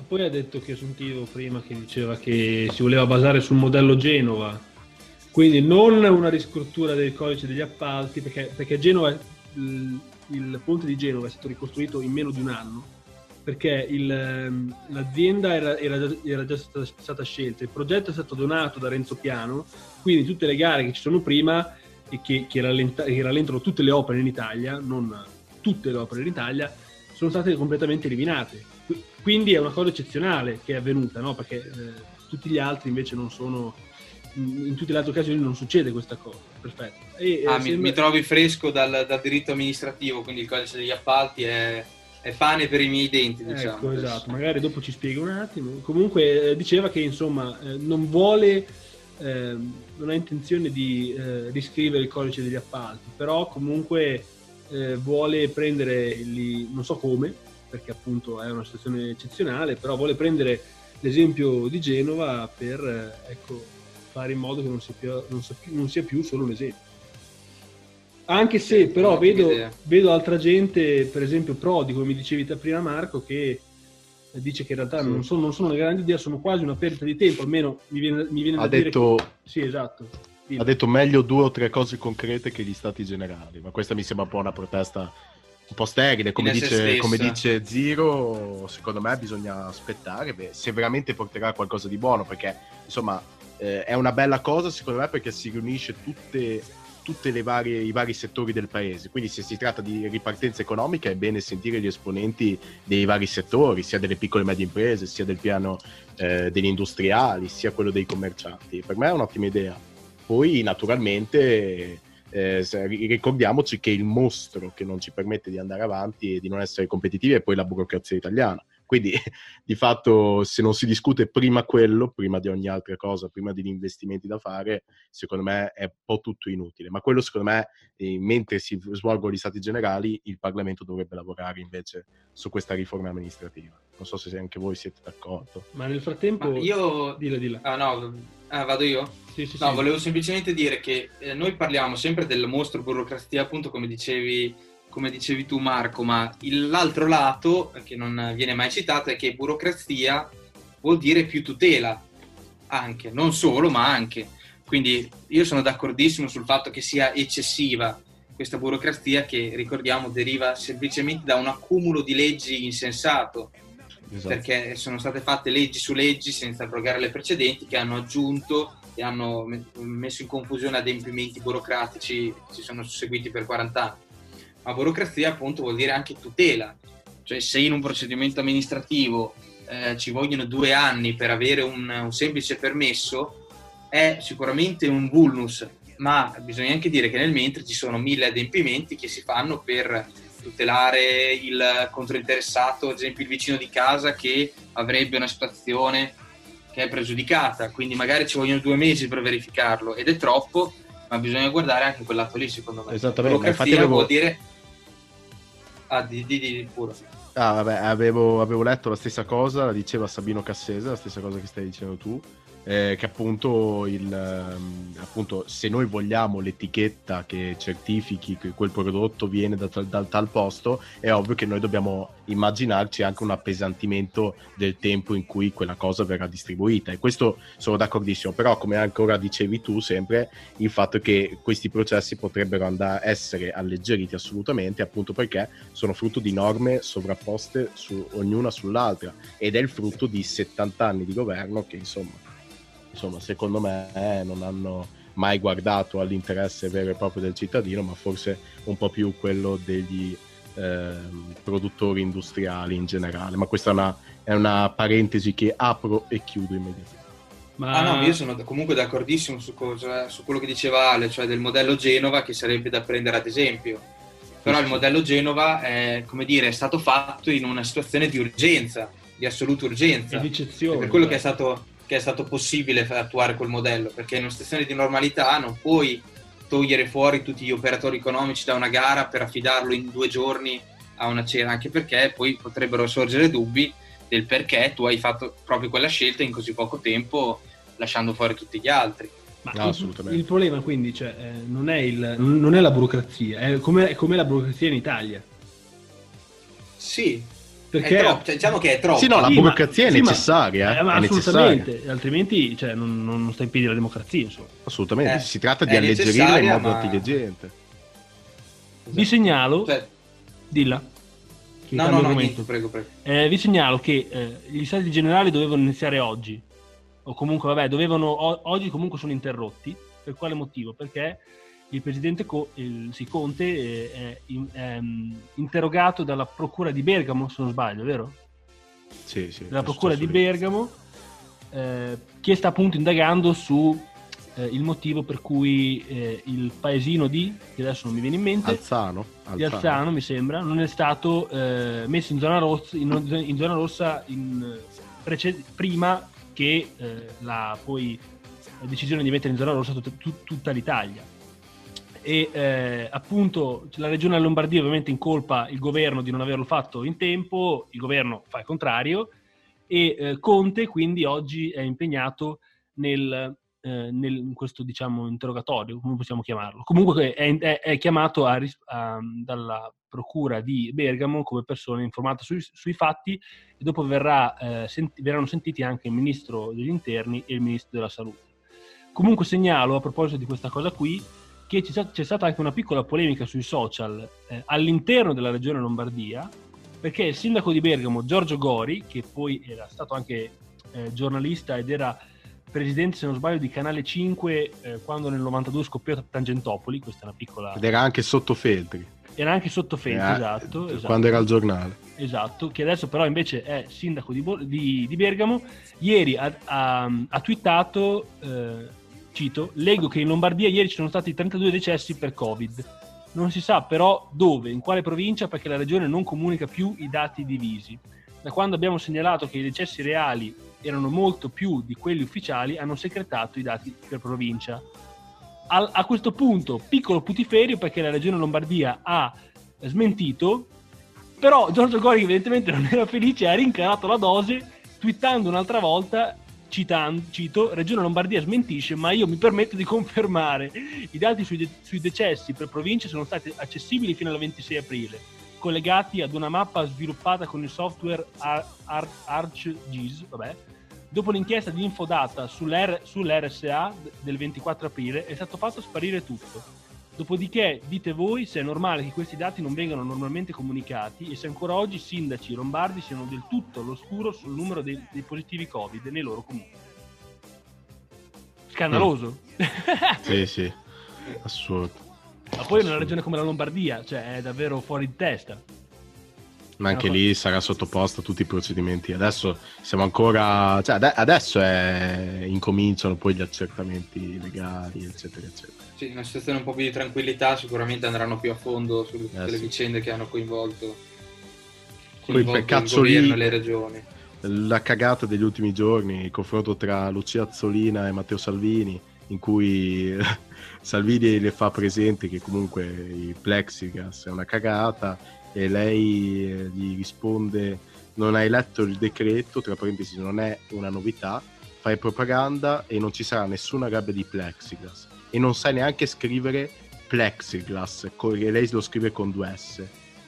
Poi ha detto, che sentivo prima che diceva che si voleva basare sul modello Genova, quindi non una riscrittura del codice degli appalti, perché Genova, il ponte di Genova è stato ricostruito in meno di un anno, perché l'azienda era già stata scelta, il progetto è stato donato da Renzo Piano, quindi tutte le gare che ci sono prima e che rallentano tutte le opere in Italia, non tutte le opere in Italia, sono state completamente eliminate. Quindi è una cosa eccezionale che è avvenuta, no? Perché tutti gli altri invece non sono, in tutte le altre occasioni non succede questa cosa. Perfetto. Mi trovi fresco dal diritto amministrativo, quindi il codice degli appalti è pane per i miei denti, diciamo. Ecco, esatto, magari dopo ci spiega un attimo. Comunque diceva che insomma non ha intenzione di riscrivere il codice degli appalti, però comunque vuole prendere, non so come, perché appunto è una situazione eccezionale, però vuole prendere l'esempio di Genova per fare in modo che non sia più solo un esempio. Anche se però vedo altra gente, per esempio Prodi, come mi dicevi te prima Marco, che dice che in realtà non sono una grande idea, sono quasi una perdita di tempo, almeno mi viene da dire che... Sì, esatto. Ha detto meglio 2 o 3 cose concrete che gli stati generali, ma questa mi sembra un po' una protesta un po' sterile, come dice Ziro. Secondo me bisogna aspettare se veramente porterà qualcosa di buono, perché insomma è una bella cosa secondo me, perché si riunisce tutte i vari settori del paese, quindi se si tratta di ripartenza economica è bene sentire gli esponenti dei vari settori, sia delle piccole e medie imprese, sia del piano degli industriali, sia quello dei commercianti. Per me è un'ottima idea. Poi naturalmente ricordiamoci che il mostro che non ci permette di andare avanti e di non essere competitivi è poi la burocrazia italiana. Quindi di fatto se non si discute prima quello, prima di ogni altra cosa, prima degli investimenti da fare, secondo me è un po' tutto inutile. Ma quello secondo me, mentre si svolgono gli stati generali, il Parlamento dovrebbe lavorare invece su questa riforma amministrativa. Non so se anche voi siete d'accordo. Ma nel frattempo... Dilla. Vado io? Sì. Volevo semplicemente dire che noi parliamo sempre del mostro burocrazia, appunto come dicevi tu Marco, ma l'altro lato che non viene mai citato è che burocrazia vuol dire più tutela, anche, non solo ma anche. Quindi io sono d'accordissimo sul fatto che sia eccessiva questa burocrazia, che ricordiamo deriva semplicemente da un accumulo di leggi insensato. Esatto. Perché sono state fatte leggi su leggi senza abrogare le precedenti, che hanno aggiunto e hanno messo in confusione adempimenti burocratici che si sono susseguiti per 40 anni. Ma burocrazia appunto vuol dire anche tutela, cioè se in un procedimento amministrativo ci vogliono 2 anni per avere un semplice permesso, è sicuramente un vulnus, ma bisogna anche dire che nel mentre ci sono 1000 adempimenti che si fanno per tutelare il controinteressato, ad esempio il vicino di casa che avrebbe una situazione che è pregiudicata, quindi magari ci vogliono 2 mesi per verificarlo ed è troppo, ma bisogna guardare anche quel lato lì, secondo me. Esattamente. Burocrazia vuol dire... di pure. Avevo letto la stessa cosa, la diceva Sabino Cassese, la stessa cosa che stai dicendo tu, che appunto se noi vogliamo l'etichetta che certifichi che quel prodotto viene dal tal posto, è ovvio che noi dobbiamo immaginarci anche un appesantimento del tempo in cui quella cosa verrà distribuita, e questo sono d'accordissimo. Però come ancora dicevi tu sempre, il fatto è che questi processi potrebbero essere alleggeriti assolutamente, appunto perché sono frutto di norme sovrapposte ognuna sull'altra, ed è il frutto di 70 anni di governo che insomma secondo me non hanno mai guardato all'interesse vero e proprio del cittadino, ma forse un po' più quello degli produttori industriali in generale. Ma questa è una parentesi che apro e chiudo immediatamente. Io sono comunque d'accordissimo su quello che diceva Ale, cioè del modello Genova, che sarebbe da prendere ad esempio. Però il modello Genova è stato fatto in una situazione di urgenza, di assoluta urgenza, ed per quello che è stato possibile attuare quel modello, perché in una situazione di normalità non puoi togliere fuori tutti gli operatori economici da una gara per affidarlo in 2 giorni a una cena, anche perché poi potrebbero sorgere dubbi del perché tu hai fatto proprio quella scelta in così poco tempo, lasciando fuori tutti gli altri. Assolutamente. Il problema quindi non è la burocrazia, è come la burocrazia in Italia. Sì, Perché è troppo, cioè, diciamo che è troppo. Sì, no, la Sì, burocrazia è sì, necessaria, ma è assolutamente, necessaria. altrimenti cioè, non sta in piedi la democrazia, insomma. Assolutamente, si tratta di È alleggerirla in necessaria, modo ma... intelligente. Vi segnalo, Cioè, dilla, che no, cambio no, argomento. niente, prego. Vi segnalo che gli stati generali dovevano iniziare oggi, o comunque, vabbè, oggi comunque sono interrotti. Per quale motivo? Perché il presidente Conte è interrogato dalla procura di Bergamo, se non sbaglio, vero? Sì, Dalla è procura di successo lì. Bergamo, che sta appunto indagando su il motivo per cui il paesino che adesso non mi viene in mente, Alzano? di Alzano mi sembra, non è stato messo in zona rossa, prima che la decisione di mettere in zona rossa tutta l'Italia. E appunto la regione Lombardia ovviamente incolpa il governo di non averlo fatto in tempo, il governo fa il contrario, e Conte quindi oggi è impegnato in questo, diciamo, interrogatorio, come possiamo chiamarlo. Comunque è chiamato dalla procura di Bergamo come persona informata sui fatti, e dopo verranno sentiti anche il ministro degli interni e il ministro della salute. Comunque segnalo, a proposito di questa cosa qui, che c'è stata anche una piccola polemica sui social all'interno della regione Lombardia, perché il sindaco di Bergamo, Giorgio Gori, che poi era stato anche giornalista ed era presidente, se non sbaglio, di Canale 5 quando nel 92 scoppiò Tangentopoli, questa è una piccola... Ed era anche sotto Feltri. Era anche sotto Feltri, esatto. Quando era al giornale. Esatto, che adesso però invece è sindaco di Bergamo. Ieri ha twittato, cito, leggo che in Lombardia ieri ci sono stati 32 decessi per Covid. Non si sa però dove, in quale provincia, perché la regione non comunica più i dati divisi. Da quando abbiamo segnalato che i decessi reali erano molto più di quelli ufficiali, hanno secretato i dati per provincia. A questo punto, piccolo putiferio, perché la regione Lombardia ha smentito, però Giorgio Gori evidentemente non era felice e ha rincarato la dose, twittando un'altra volta, cito, Regione Lombardia smentisce, ma io mi permetto di confermare, i dati sui decessi per province sono stati accessibili fino al 26 aprile, collegati ad una mappa sviluppata con il software ArcGIS, Dopo l'inchiesta di Infodata sull'RSA del 24 aprile è stato fatto sparire tutto. Dopodiché dite voi se è normale che questi dati non vengano normalmente comunicati e se ancora oggi sindaci lombardi siano del tutto all'oscuro sul numero dei positivi Covid nei loro comuni. Scandaloso. Sì, assurdo. Ma poi in una regione come la Lombardia, cioè è davvero fuori di testa. Ma anche lì sarà sottoposto a tutti i procedimenti. Adesso siamo ancora, cioè adesso incominciano poi gli accertamenti legali, eccetera, eccetera. Sì, in una situazione un po' più di tranquillità sicuramente andranno più a fondo su tutte le vicende che hanno coinvolto poi per cazzo il governo lì, e le regioni. La cagata degli ultimi giorni, il confronto tra Lucia Azzolina e Matteo Salvini, in cui Salvini le fa presente che comunque il plexiglass è una cagata e lei gli risponde: non hai letto il decreto, tra parentesi non è una novità, fai propaganda e non ci sarà nessuna gabbia di plexiglass e non sai neanche scrivere plexiglass, e lei lo scrive con 2 S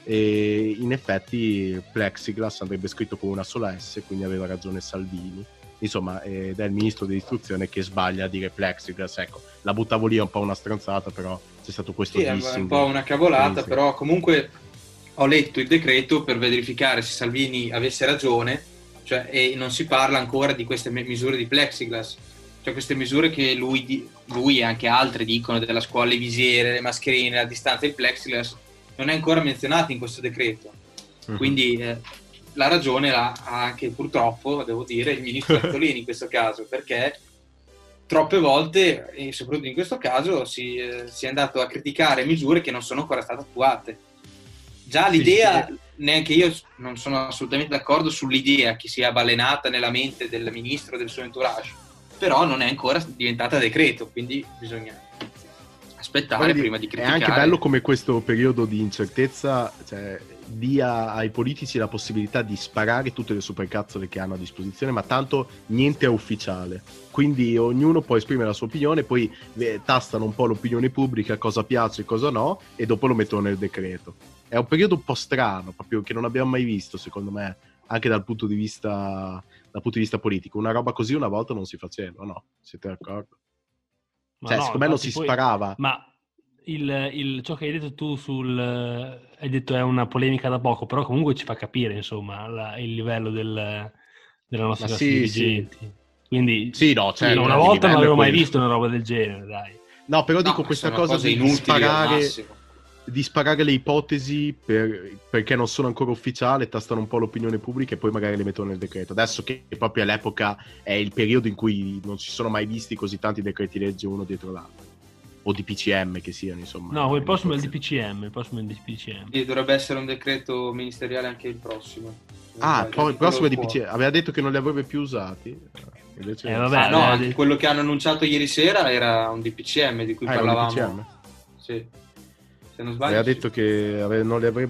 e in effetti plexiglass andrebbe scritto con una sola S, quindi aveva ragione Salvini, insomma, ed è il ministro dell'istruzione che sbaglia a dire plexiglass. Ecco, la buttavo lì, è un po' una stronzata, però c'è stato questo dissing. È un po' una cavolata, però comunque ho letto il decreto per verificare se Salvini avesse ragione, cioè, e non si parla ancora di queste misure di plexiglass, cioè queste misure che lui e anche altri dicono della scuola, le visiere, le mascherine, la distanza, il plexiglass non è ancora menzionato in questo decreto. Quindi la ragione ha anche, purtroppo, devo dire, il ministro Azzolini in questo caso, perché troppe volte, e soprattutto in questo caso, si è andato a criticare misure che non sono ancora state attuate. Già l'idea, neanche io non sono assolutamente d'accordo sull'idea che sia balenata nella mente del ministro e del suo entourage, però non è ancora diventata decreto, quindi bisogna aspettare prima di criticare. È anche bello come questo periodo di incertezza, cioè, dia ai politici la possibilità di sparare tutte le supercazzole che hanno a disposizione, ma tanto niente è ufficiale, quindi ognuno può esprimere la sua opinione, poi tastano un po' l'opinione pubblica, cosa piace e cosa no, e dopo lo mettono nel decreto. è un periodo un po' strano, proprio che non abbiamo mai visto, secondo me, anche dal punto di vista politico. Una roba così una volta non si faceva, no? Siete d'accordo? Ma Cioè, no, secondo me non infatti si poi- sparava. Ma ciò che hai detto tu hai detto è una polemica da poco, però comunque ci fa capire, insomma, il livello della nostra Ma classe sì, sì. dirigenti. Quindi, Sì, no, Sì, certo, una il volta non livello è avevo mai quello. visto una roba del genere, dai. No, però No, dico ma questa sono cosa cose di inutili al sparare, massimo. di sparare le ipotesi perché non sono ancora ufficiali, tastano un po' l'opinione pubblica e poi magari le mettono nel decreto. Adesso che proprio all'epoca è il periodo in cui non si sono mai visti così tanti decreti legge uno dietro l'altro, o di PCM che siano, insomma. No, il prossimo è il attuazione. DPCM, il prossimo è il DPCM. Sì, dovrebbe essere un decreto ministeriale anche il prossimo. Ah, poi il prossimo è di quello PCM. Aveva detto che non li avrebbe più usati. Invece Vabbè, Ah no, aveva anche detto- quello che hanno annunciato ieri sera era un DPCM di cui era un parlavamo. DPCM. Sì. Se non sbaglio. Aveva sì. detto che non li avrebbe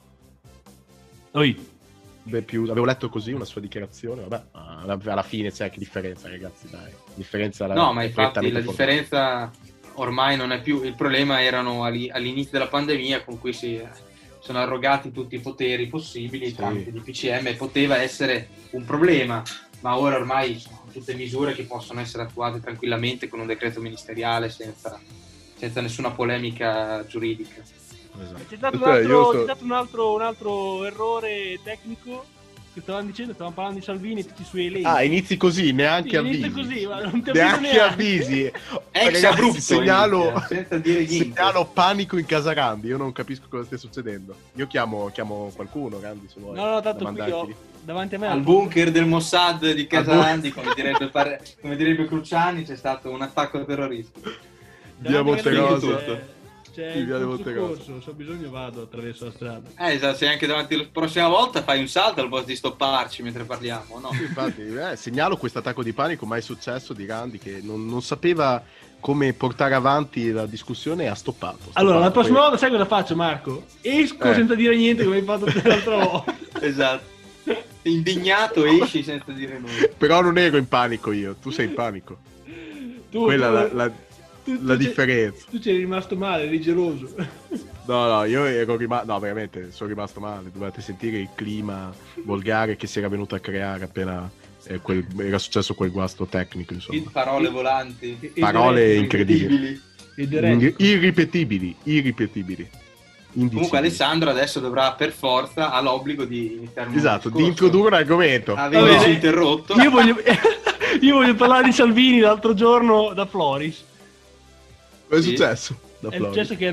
Oi, più. Avevo letto così una sua dichiarazione. Vabbè, alla fine c'è che differenza, ragazzi. Dai, differenza No, ma infatti prettamente la formale. differenza ormai non è più. Il problema erano all'inizio della pandemia con cui si sono arrogati tutti i poteri possibili Sì. tramite DPCM e poteva essere un problema, ma ora ormai sono tutte misure che possono essere attuate tranquillamente con un decreto ministeriale senza nessuna polemica giuridica. Esatto. c'è stato, c'è stato un altro errore tecnico che stavamo dicendo, stavamo parlando di Salvini e tutti i suoi elenchi. Ah, inizi così, neanche Sì, inizia avvisi. così, ma non ti avviso Neanche neanche. avvisi. Ex Ragazzi, abrupto segnalo, inizia, senza dire niente. segnalo panico in casa Randi. Io non capisco cosa stia succedendo. Io chiamo qualcuno, Randi, se vuoi. No, tanto da qui mandarti. davanti a me Al bunker del Mossad di Al Casa bunker. Andi, come direbbe Cruciani, c'è stato un attacco terroristico. Via davanti a me Monterosa. c'è Sì, il via pronto Monterosa. soccorso, se ho bisogno vado attraverso la strada. Esatto, sei anche davanti la prossima volta fai un salto al posto di stopparci mentre parliamo, no? Sì, infatti, segnalo questo attacco di panico mai successo di Randi che non sapeva come portare avanti la discussione e ha stoppato. Allora, la prossima Poi- volta sai cosa faccio, Marco? Esco senza dire niente come hai fatto te l'altra volta. Esatto. Indignato esci senza dire nulla. Però non ero in panico io, tu sei in panico. Quella è la differenza. Tu c'eri rimasto male, eri geloso. No, io ero rimasto. No, veramente, sono rimasto male. Dovete sentire il clima volgare che si era venuto a creare appena era successo quel guasto tecnico, insomma. Parole volanti. Parole incredibili. Irripetibili. Irripetibili. Comunque Alessandro adesso dovrà per forza, ha l'obbligo di iniziare un Esatto, discorso. di introdurre un argomento. Aveva Vabbè, interrotto. Io voglio parlare di Salvini l'altro giorno da Floris. Cosa è Sì. successo? Da È Florida? successo che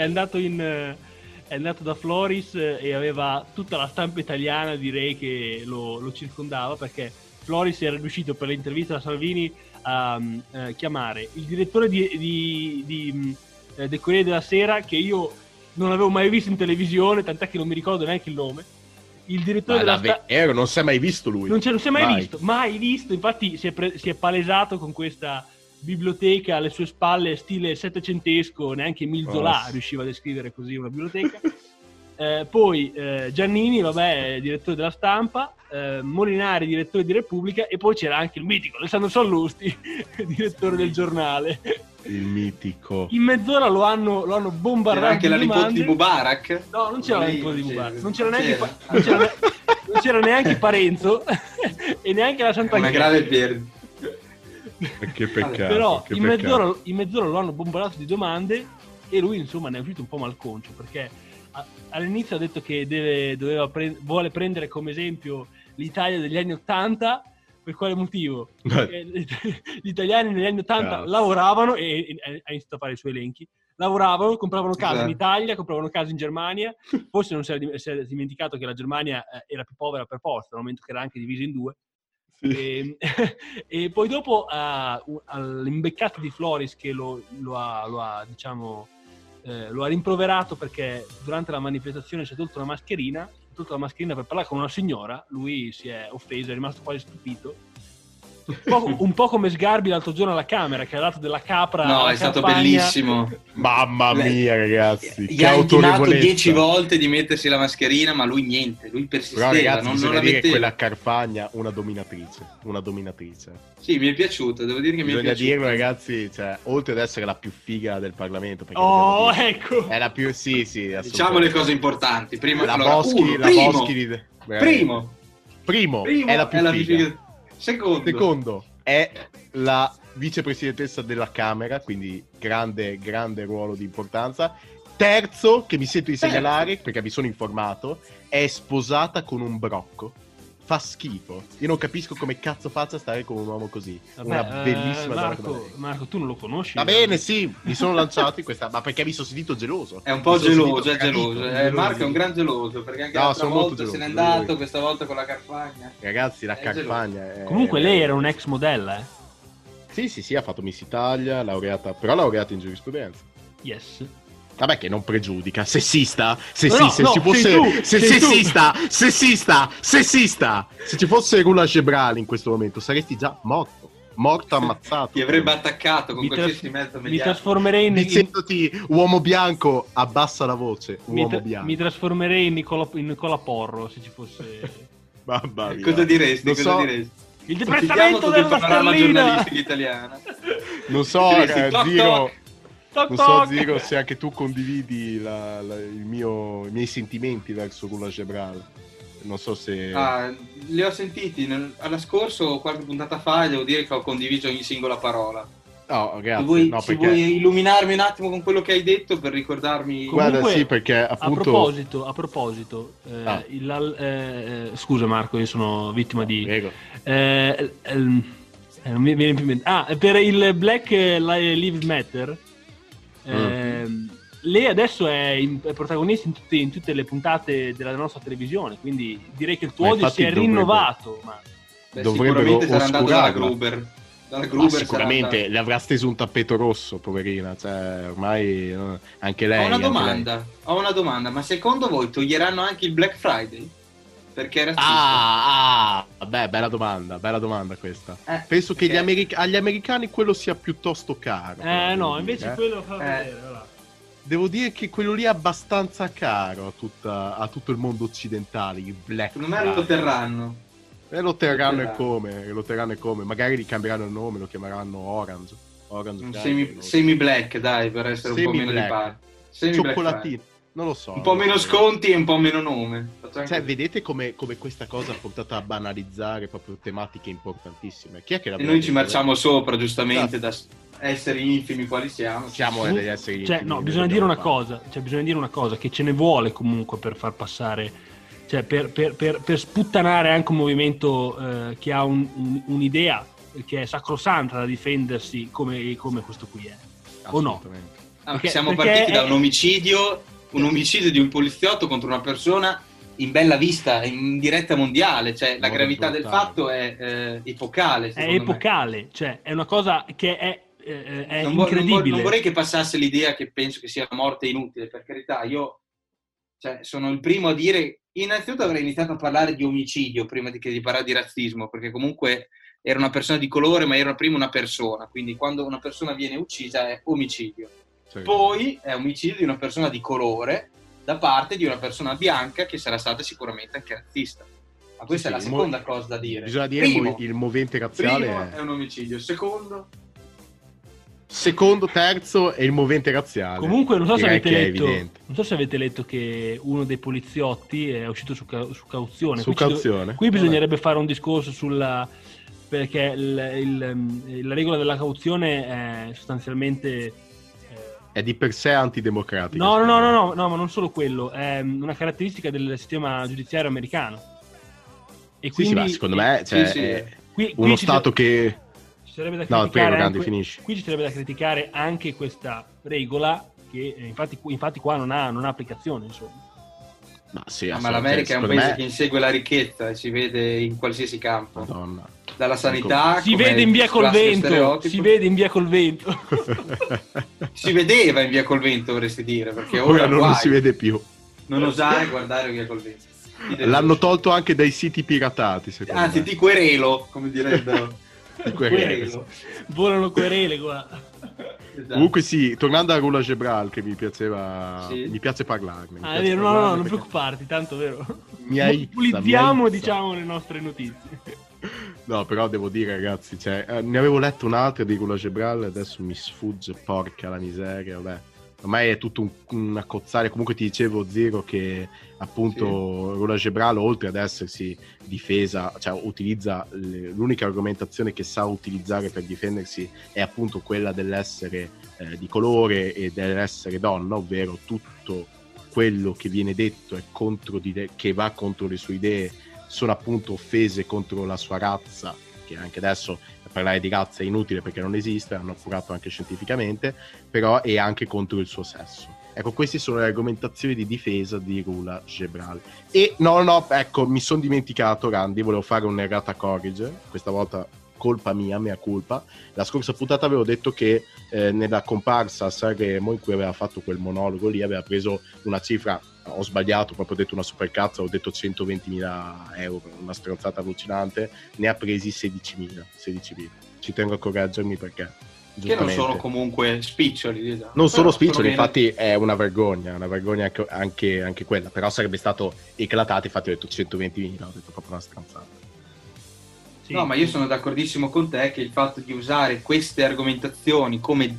è andato da Floris e aveva tutta la stampa italiana, direi, che lo circondava, perché Floris era riuscito per l'intervista a Salvini a chiamare il direttore del Corriere della Sera, che io non avevo mai visto in televisione, tant'è che non mi ricordo neanche il nome. Il direttore Ma della davvero, non si è mai visto lui. non si è mai visto. Infatti si è palesato con questa biblioteca alle sue spalle, stile settecentesco, neanche Emile Zola riusciva a descrivere così una biblioteca. Poi Giannini, vabbè, direttore della Stampa, Molinari, direttore di Repubblica, e poi c'era anche il mitico Alessandro Sallusti, direttore del Giornale. Il mitico. In mezz'ora lo hanno bombardato. C'era anche la nipote domande. di Mubarak. No, non c'era la Lei nipote di non Mubarak, c'era. non c'era neanche C'era. non c'era neanche Parenzo e neanche la Santa Una grave perdita. Che peccato. Però che in peccato. mezz'ora lo hanno bombardato di domande e lui insomma ne è uscito un po' malconcio, perché all'inizio ha detto che vuole prendere come esempio l'Italia degli anni '80. Per quale motivo? Perché gli italiani negli anni '80 lavoravano e ha iniziato a fare i suoi elenchi. Lavoravano, compravano case in Italia, compravano case in Germania. Forse non si era dimenticato che la Germania era più povera per forza, dal momento che era anche divisa in due. Sì. E poi dopo all'imbeccato di Floris che lo ha rimproverato perché durante la manifestazione si è tolto la mascherina per parlare con una signora. Lui si è offeso, è rimasto quasi stupito Un po' come Sgarbi l'altro giorno alla Camera, che ha dato della capra. No, alla è stato campagna. bellissimo. Mamma mia, ragazzi, Gli che ha intimato autorevolezza. 10 volte di mettersi la mascherina, ma lui niente, lui Però persisteva, ragazzi, non bisogna la dire che metteva. quella Carfagna una dominatrice. Sì, mi è piaciuto, devo dire che mi è Bisogna piaciuto. dirlo, ragazzi, cioè, oltre ad essere la più figa del Parlamento, perché Oh, dobbiamo dire, ecco. è la più, sì, Diciamo assolutamente. le cose importanti. Prima La allora, Boschi, uno, la primo, Boschi di- primo è la più figa. Secondo, è la vicepresidentessa della Camera, quindi grande ruolo di importanza. Terzo, che mi sento di segnalare, perché mi sono informato, è sposata con un brocco. Fa schifo. Io non capisco come cazzo faccia stare con un uomo così. Una bellissima donna come lei. Marco, tu non lo conosci? Va bene, sì, mi sono lanciato in questa, ma perché mi sono sentito geloso. è un po' Mi sono geloso, sentito è geloso. tradito. Marco è un gran geloso, perché anche No, l'altra sono molto volta se n'è geloso, andato, lui. questa volta con la Carfagna. Ragazzi, la È Carfagna è... Comunque lei era un'ex modella, Sì, ha fatto Miss Italia, però laureata in giurisprudenza. Yes. Vabbè, che non pregiudica. Sessista? No, Se no, ci fosse... sei tu, se sei tu. sessista! Se ci fosse Rula Gebrali in questo momento, saresti già morto ammazzato. Ti avrebbe attaccato con Mi qualsiasi mezzo mi mediatico. trasformerei in Dicendoti uomo bianco, abbassa la voce. Uomo bianco. mi trasformerei in Nicola Porro se ci fosse Mamma mia. Cosa diresti? Non Cosa so- diresti? il Confidiamo deprezzamento tutto il della panorama sterlina. giornalistico italiano. Non so, Diresti, toc, Ziro... toc. Toc, Non so, toc. Ziro, se anche tu condividi i miei sentimenti verso Rula Gebral. Non so se... Ah, li ho sentiti alla scorso, qualche puntata fa, devo dire che ho condiviso ogni singola parola. No, Se ragazzi, vuoi, no, se perché... vuoi illuminarmi un attimo con quello che hai detto per ricordarmi... Guarda, Comunque, sì, perché appunto... A proposito, Ah. scusa Marco, io sono vittima di... Prego. Non mi viene più in mente. Per il Black Lives Matter, lei adesso è protagonista in tutte le puntate della nostra televisione, quindi direi che il tuo Ma odio si è infatti dovrebbe- rinnovato. Ma... Beh, dovrebbero sicuramente sarà andato dalla oscurarla. Gruber. Dalla Ma Gruber sicuramente le avrà steso un tappeto rosso, poverina. Cioè, ormai anche lei... Ho una anche domanda, ma secondo voi toglieranno anche il Black Friday? Perché era Beh, bella domanda questa. Penso che perché- agli americani quello sia piuttosto caro. però, devo no, dire, invece quello fa vedere. Voilà. Devo dire che quello lì è abbastanza caro a tutto il mondo occidentale, il Black Secondo me lo Friday. terranno. E lo terranno Lo e come, magari gli cambieranno il nome, lo chiameranno Orange Un Friday, semi-black, dai, per essere un po' meno di Semi-black. parte. Semi-black cioccolatino, non lo so. Friday. Un po' meno sconti e un po' meno nome. Facciamo Cioè, così. vedete come questa cosa ha portato a banalizzare proprio tematiche importantissime. Chi è che E l'aveva noi ci detto? marciamo sopra, giustamente, da esseri infimi quali siamo. Siamo Comunque, degli esseri cioè, infimi, no, ne bisogna dire dobbiamo una fare. cosa, bisogna dire una cosa, che ce ne vuole comunque per far passare, cioè per sputtanare anche un movimento che ha un'idea che è sacrosanta da difendersi come questo qui è. O no? Assolutamente. Perché- Siamo perché partiti da è- un omicidio di un poliziotto contro una persona in bella vista, in diretta mondiale, cioè la Modo gravità del brutale. fatto è epocale. È secondo me. epocale, cioè è una cosa che è Non incredibile. vorrei che passasse l'idea che penso che sia una morte inutile, per carità, io sono il primo a dire, innanzitutto avrei iniziato a parlare di omicidio prima di parlare di razzismo, perché comunque era una persona di colore, ma era prima una persona, quindi quando una persona viene uccisa è omicidio. Cioè, Poi è omicidio di una persona di colore da parte di una persona bianca che sarà stata sicuramente anche razzista. Ma questa sì, è la seconda cosa da dire. bisogna dire il movente razziale primo è un omicidio, secondo, terzo è il movente razziale. Comunque non so se Direi avete che è letto, evidente. non so se avete letto che uno dei poliziotti è uscito su cauzione. Su cauzione? Qui bisognerebbe fare un discorso sulla, perché la regola della cauzione è sostanzialmente È di per sé antidemocratico. no, ma non solo quello, è una caratteristica del sistema giudiziario americano. E Sì, quindi ma secondo me sì, è qui uno ci stato che... ci sarebbe da No, criticare prego, Gandhi, anche, finisci. qui ci sarebbe da criticare anche questa regola che infatti qua non ha applicazione, insomma. Ma sì, ma l'America è un secondo paese me- che insegue la ricchezza e si vede in qualsiasi campo. Madonna. Dalla sanità, Si come vede in via il classico Colvento, stereotipo. si vede in via Colvento. Si vedeva in via Colvento, vorresti dire, perché ora, Ora non lo guai. si vede più. Non osare guardare via Colvento. L'hanno tolto anche dai siti piratati, secondo Anzi, me. ti querelo, come direbbero. Di querele. Volano querele qua. Esatto. Comunque sì, tornando a Rula Gebral, che mi piaceva, Sì. mi piace parlarne. È vero, no, non preoccuparti, tanto vero. Pulizziamo, diciamo, le nostre notizie. No, però devo dire, ragazzi, cioè, ne avevo letto un'altra di Rula Gebral, adesso mi sfugge, porca la miseria, vabbè. Ormai è tutto un accozzare. Comunque ti dicevo, Zero, che appunto sì. Rula Gebral, oltre ad essersi difesa, cioè utilizza l'unica argomentazione che sa utilizzare per difendersi è appunto quella dell'essere di colore e dell'essere donna, ovvero tutto quello che viene detto è contro che va contro le sue idee, sono appunto offese contro la sua razza, che anche adesso parlare di razza è inutile perché non esiste, hanno curato anche scientificamente, però è anche contro il suo sesso. Ecco, queste sono le argomentazioni di difesa di Rula Gebral. E no, ecco, mi sono dimenticato, Randy, volevo fare un errata corrige, questa volta colpa mia colpa. La scorsa puntata avevo detto che nella comparsa a Sanremo, in cui aveva fatto quel monologo lì, aveva preso una cifra, ho sbagliato, proprio ho detto una supercazzo, ho detto 120.000 euro, una stronzata allucinante, ne ha presi 16.000. Ci tengo a correggermi perché che non sono comunque spiccioli, esatto. Non sono spiccioli, infatti è una vergogna anche quella, però sarebbe stato eclatato, infatti ho detto 120.000, ho detto proprio una stronzata. Sì. No, ma io sono d'accordissimo con te che il fatto di usare queste argomentazioni come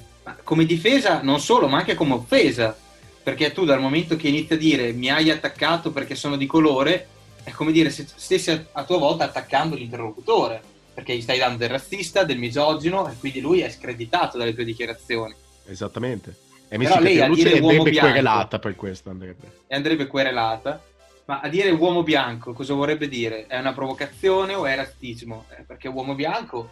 difesa non solo, ma anche come offesa, perché tu dal momento che inizi a dire mi hai attaccato perché sono di colore, è come dire se stessi a tua volta attaccando l'interlocutore, perché gli stai dando del razzista, del misogino, e quindi lui è screditato dalle tue dichiarazioni. Esattamente. E però lei a dire uomo bianco, querelata per questo andrebbe querelata. Ma a dire uomo bianco cosa vorrebbe dire? È una provocazione o è razzismo? Perché uomo bianco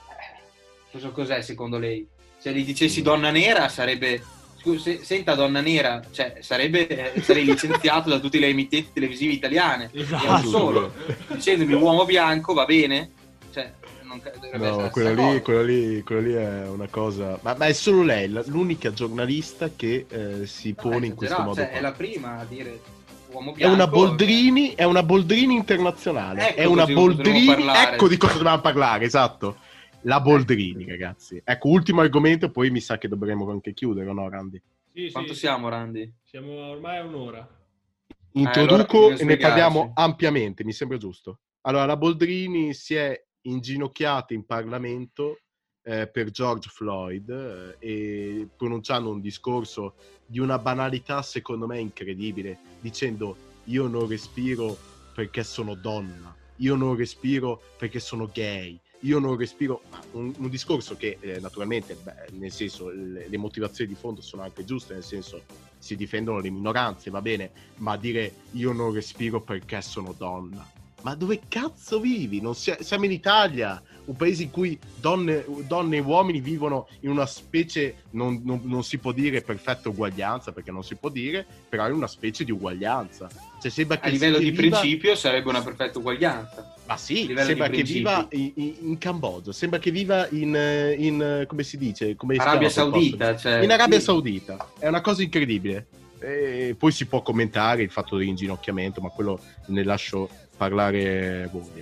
cos'è secondo lei? Se gli dicessi donna nera sarebbe senta donna nera, cioè sarei licenziato da tutte le emittenti televisive italiane. Esatto. E non solo. Dicendomi uomo bianco va bene? Cioè no, quello lì è una cosa, ma è solo lei l'unica giornalista che si pone in questo modo, cioè, è la prima a dire uomo bianco. È una Boldrini internazionale, ecco, è una Boldrini, ecco di cosa dobbiamo parlare, esatto, la Boldrini, ragazzi. Ecco, ultimo argomento, poi mi sa che dovremo anche chiudere, no, Randy? Sì, quanto siamo, Randy? Siamo ormai a un'ora. Introduco allora e ne parliamo ampiamente, mi sembra giusto. Allora, la Boldrini si è inginocchiata in Parlamento per George Floyd e pronunciando un discorso di una banalità secondo me incredibile, dicendo io non respiro perché sono donna, io non respiro perché sono gay, io non respiro, un discorso che naturalmente nel senso le motivazioni di fondo sono anche giuste, nel senso si difendono le minoranze, va bene, ma dire io non respiro perché sono donna, ma dove cazzo vivi? Siamo in Italia, un paese in cui donne e uomini vivono in una specie, non si può dire perfetta uguaglianza, perché non si può dire, però è una specie di uguaglianza. Cioè, sembra che a livello di principio sarebbe una perfetta uguaglianza. Ma sì, sembra che viva in Cambogia, sembra che viva in come si dice? Arabia Saudita. Cioè, in Arabia Saudita. È una cosa incredibile. E poi si può commentare il fatto dell'inginocchiamento, ma quello ne lascio parlare voi.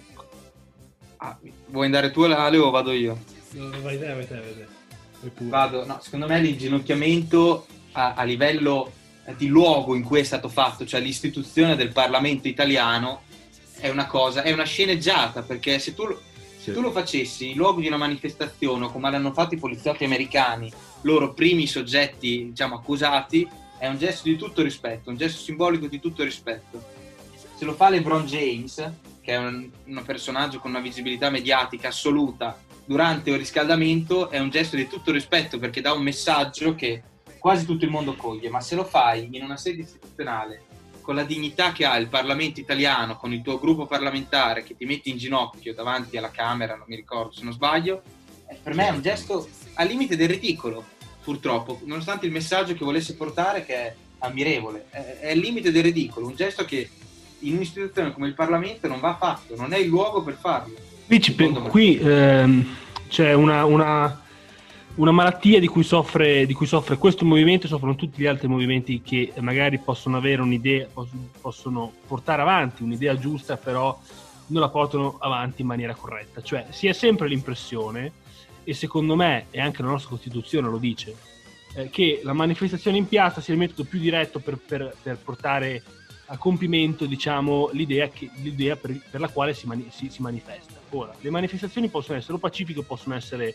Vuoi andare tu, Ale, o vado io? No, vai te. Vado. No, secondo me l'inginocchiamento a livello di luogo in cui è stato fatto, cioè l'istituzione del Parlamento italiano, è una sceneggiata, perché se tu lo facessi in luogo di una manifestazione, o come l'hanno fatto i poliziotti americani, loro primi soggetti, diciamo, accusati, è un gesto di tutto rispetto, un gesto simbolico di tutto rispetto. Se lo fa LeBron James, che è un personaggio con una visibilità mediatica assoluta, durante un riscaldamento, è un gesto di tutto rispetto, perché dà un messaggio che quasi tutto il mondo coglie. Ma se lo fai in una sede istituzionale, con la dignità che ha il Parlamento italiano, con il tuo gruppo parlamentare che ti metti in ginocchio davanti alla Camera, non mi ricordo se non sbaglio, per me è un gesto al limite del ridicolo, purtroppo, nonostante il messaggio che volesse portare, che è ammirevole, è al limite del ridicolo, un gesto che in un'istituzione come il Parlamento non va fatto, non è il luogo per farlo. Qui c'è una malattia di cui soffre questo movimento, soffrono tutti gli altri movimenti che magari possono avere un'idea, possono portare avanti un'idea giusta, però non la portano avanti in maniera corretta. Cioè si ha sempre l'impressione, e secondo me, e anche la nostra Costituzione lo dice, che la manifestazione in piazza sia il metodo più diretto per portare a compimento, diciamo, l'idea per la quale si manifesta. Ora, le manifestazioni possono essere o pacifiche o possono essere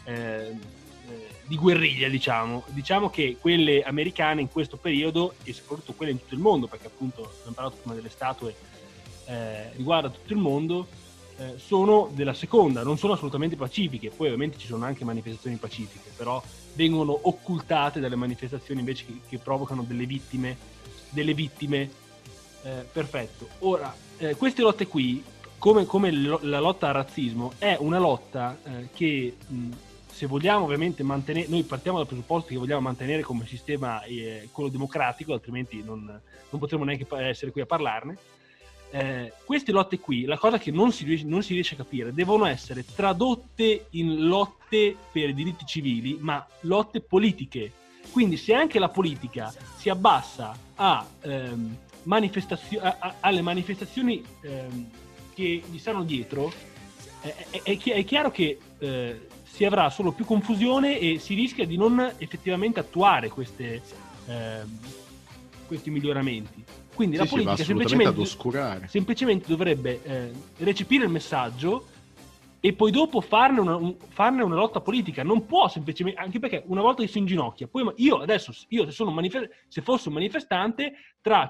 di guerriglia, diciamo che quelle americane in questo periodo, e soprattutto quelle in tutto il mondo, perché appunto abbiamo parlato prima delle statue, riguarda tutto il mondo, sono della seconda, non sono assolutamente pacifiche. Poi ovviamente ci sono anche manifestazioni pacifiche, però vengono occultate dalle manifestazioni invece che provocano delle vittime. Perfetto. Ora, queste lotte qui, come la lotta al razzismo, è una lotta che se vogliamo ovviamente mantenere, noi partiamo dal presupposto che vogliamo mantenere come sistema quello democratico, altrimenti non potremo neanche essere qui a parlarne. Queste lotte qui, la cosa che non si riesce a capire, devono essere tradotte in lotte per i diritti civili, ma lotte politiche. Quindi se anche la politica si abbassa alle manifestazioni che gli stanno dietro, è chiaro che si avrà solo più confusione e si rischia di non effettivamente attuare questi miglioramenti. Quindi la politica semplicemente dovrebbe recepire il messaggio e poi dopo farne una lotta politica. Non può semplicemente, anche perché una volta che si inginocchia, poi io se fossi un manifestante, tra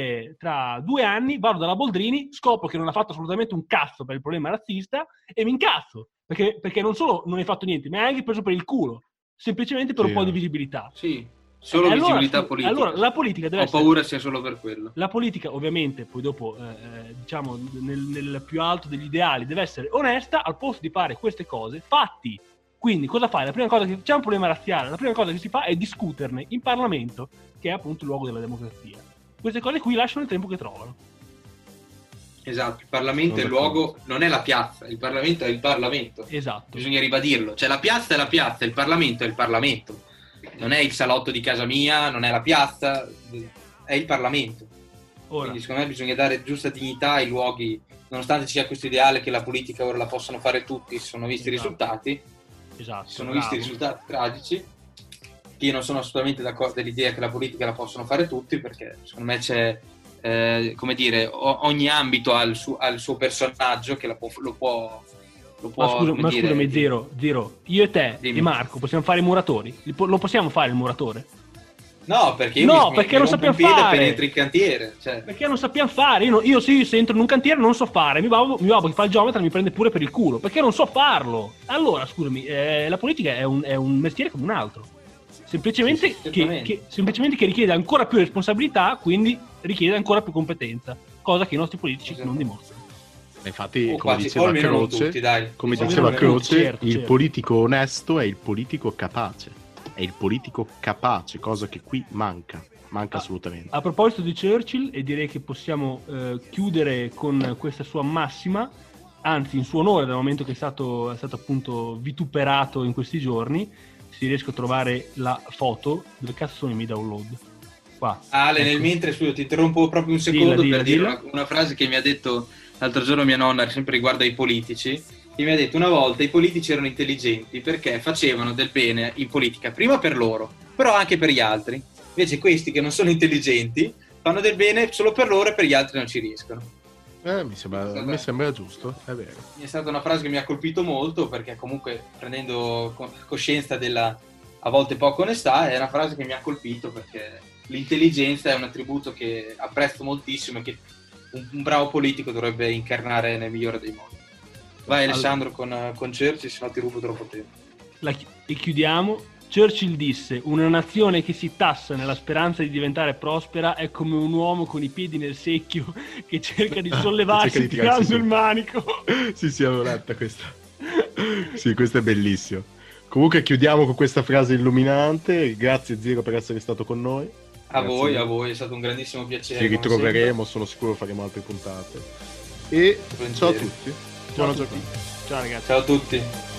2 anni vado dalla Boldrini, scopro che non ha fatto assolutamente un cazzo per il problema razzista e mi incazzo, perché non solo non hai fatto niente, ma hai anche preso per il culo, semplicemente per un po' di visibilità. Sì. Solo visibilità politica. Allora la politica deve essere... Ho paura sia solo per quello. La politica ovviamente poi dopo diciamo nel più alto degli ideali deve essere onesta, al posto di fare queste cose fatti. Quindi cosa fai? La prima cosa che c'è un problema razziale, la prima cosa che si fa è discuterne in Parlamento, che è appunto il luogo della democrazia. Queste cose qui lasciano il tempo che trovano. Esatto, il Parlamento è il luogo, non è la piazza, il Parlamento è il Parlamento. Esatto. Bisogna ribadirlo, cioè la piazza è la piazza, il Parlamento è il Parlamento. Non è il salotto di casa mia, non è la piazza, è il Parlamento. Quindi secondo me bisogna dare giusta dignità ai luoghi, nonostante ci sia questo ideale che la politica ora la possano fare tutti, si sono visti i risultati, visti i risultati tragici. Io non sono assolutamente d'accordo dell'idea che la politica la possono fare tutti, perché secondo me c'è, come dire, ogni ambito ha il suo personaggio che lo può scusami, Zero, io e te e Marco possiamo fare i muratori? Lo possiamo fare il muratore? No, perché perché non sappiamo fare. Per entri in cantiere, cioè. Perché non sappiamo fare. Io se entro in un cantiere non so fare. Mi babbo che fa il geometra mi prende pure per il culo, perché non so farlo. Allora, scusami, la politica è un mestiere come un altro. Semplicemente che richiede ancora più responsabilità, quindi richiede ancora più competenza, cosa che i nostri politici non dimostrano. Infatti, come diceva Croce, il politico onesto è il politico capace. È il politico capace, cosa che qui manca assolutamente. A proposito di Churchill, e direi che possiamo chiudere con questa sua massima, anzi in suo onore, dal momento che è stato appunto vituperato in questi giorni, se riesco a trovare la foto. Dove cazzo sono i miei download? Qua. Ale, nel mentre, scusa, ti interrompo proprio un secondo per dire una frase che mi ha detto l'altro giorno mia nonna, sempre riguardo ai politici, che mi ha detto: una volta i politici erano intelligenti perché facevano del bene in politica, prima per loro, però anche per gli altri. Invece questi che non sono intelligenti fanno del bene solo per loro e per gli altri non ci riescono. Mi sembra giusto, è vero. È stata una frase che mi ha colpito molto, perché comunque, prendendo coscienza della a volte poca onestà, è una frase che mi ha colpito, perché l'intelligenza è un attributo che apprezzo moltissimo e che un bravo politico dovrebbe incarnare nel migliore dei modi. Vai Alessandro con Churchill, se no ti rubo troppo tempo. E chiudiamo. Churchill disse: una nazione che si tassa nella speranza di diventare prospera è come un uomo con i piedi nel secchio che cerca di sollevarsi tirando il manico. Sì, avevo letta questa. Sì, questo è bellissimo. Comunque chiudiamo con questa frase illuminante. Grazie Zero per essere stato con noi. A voi, è stato un grandissimo piacere. Ci ritroveremo, sono sicuro faremo altre puntate. E ciao a tutti. Ciao a tutti. Ciao ragazzi. Ciao a tutti.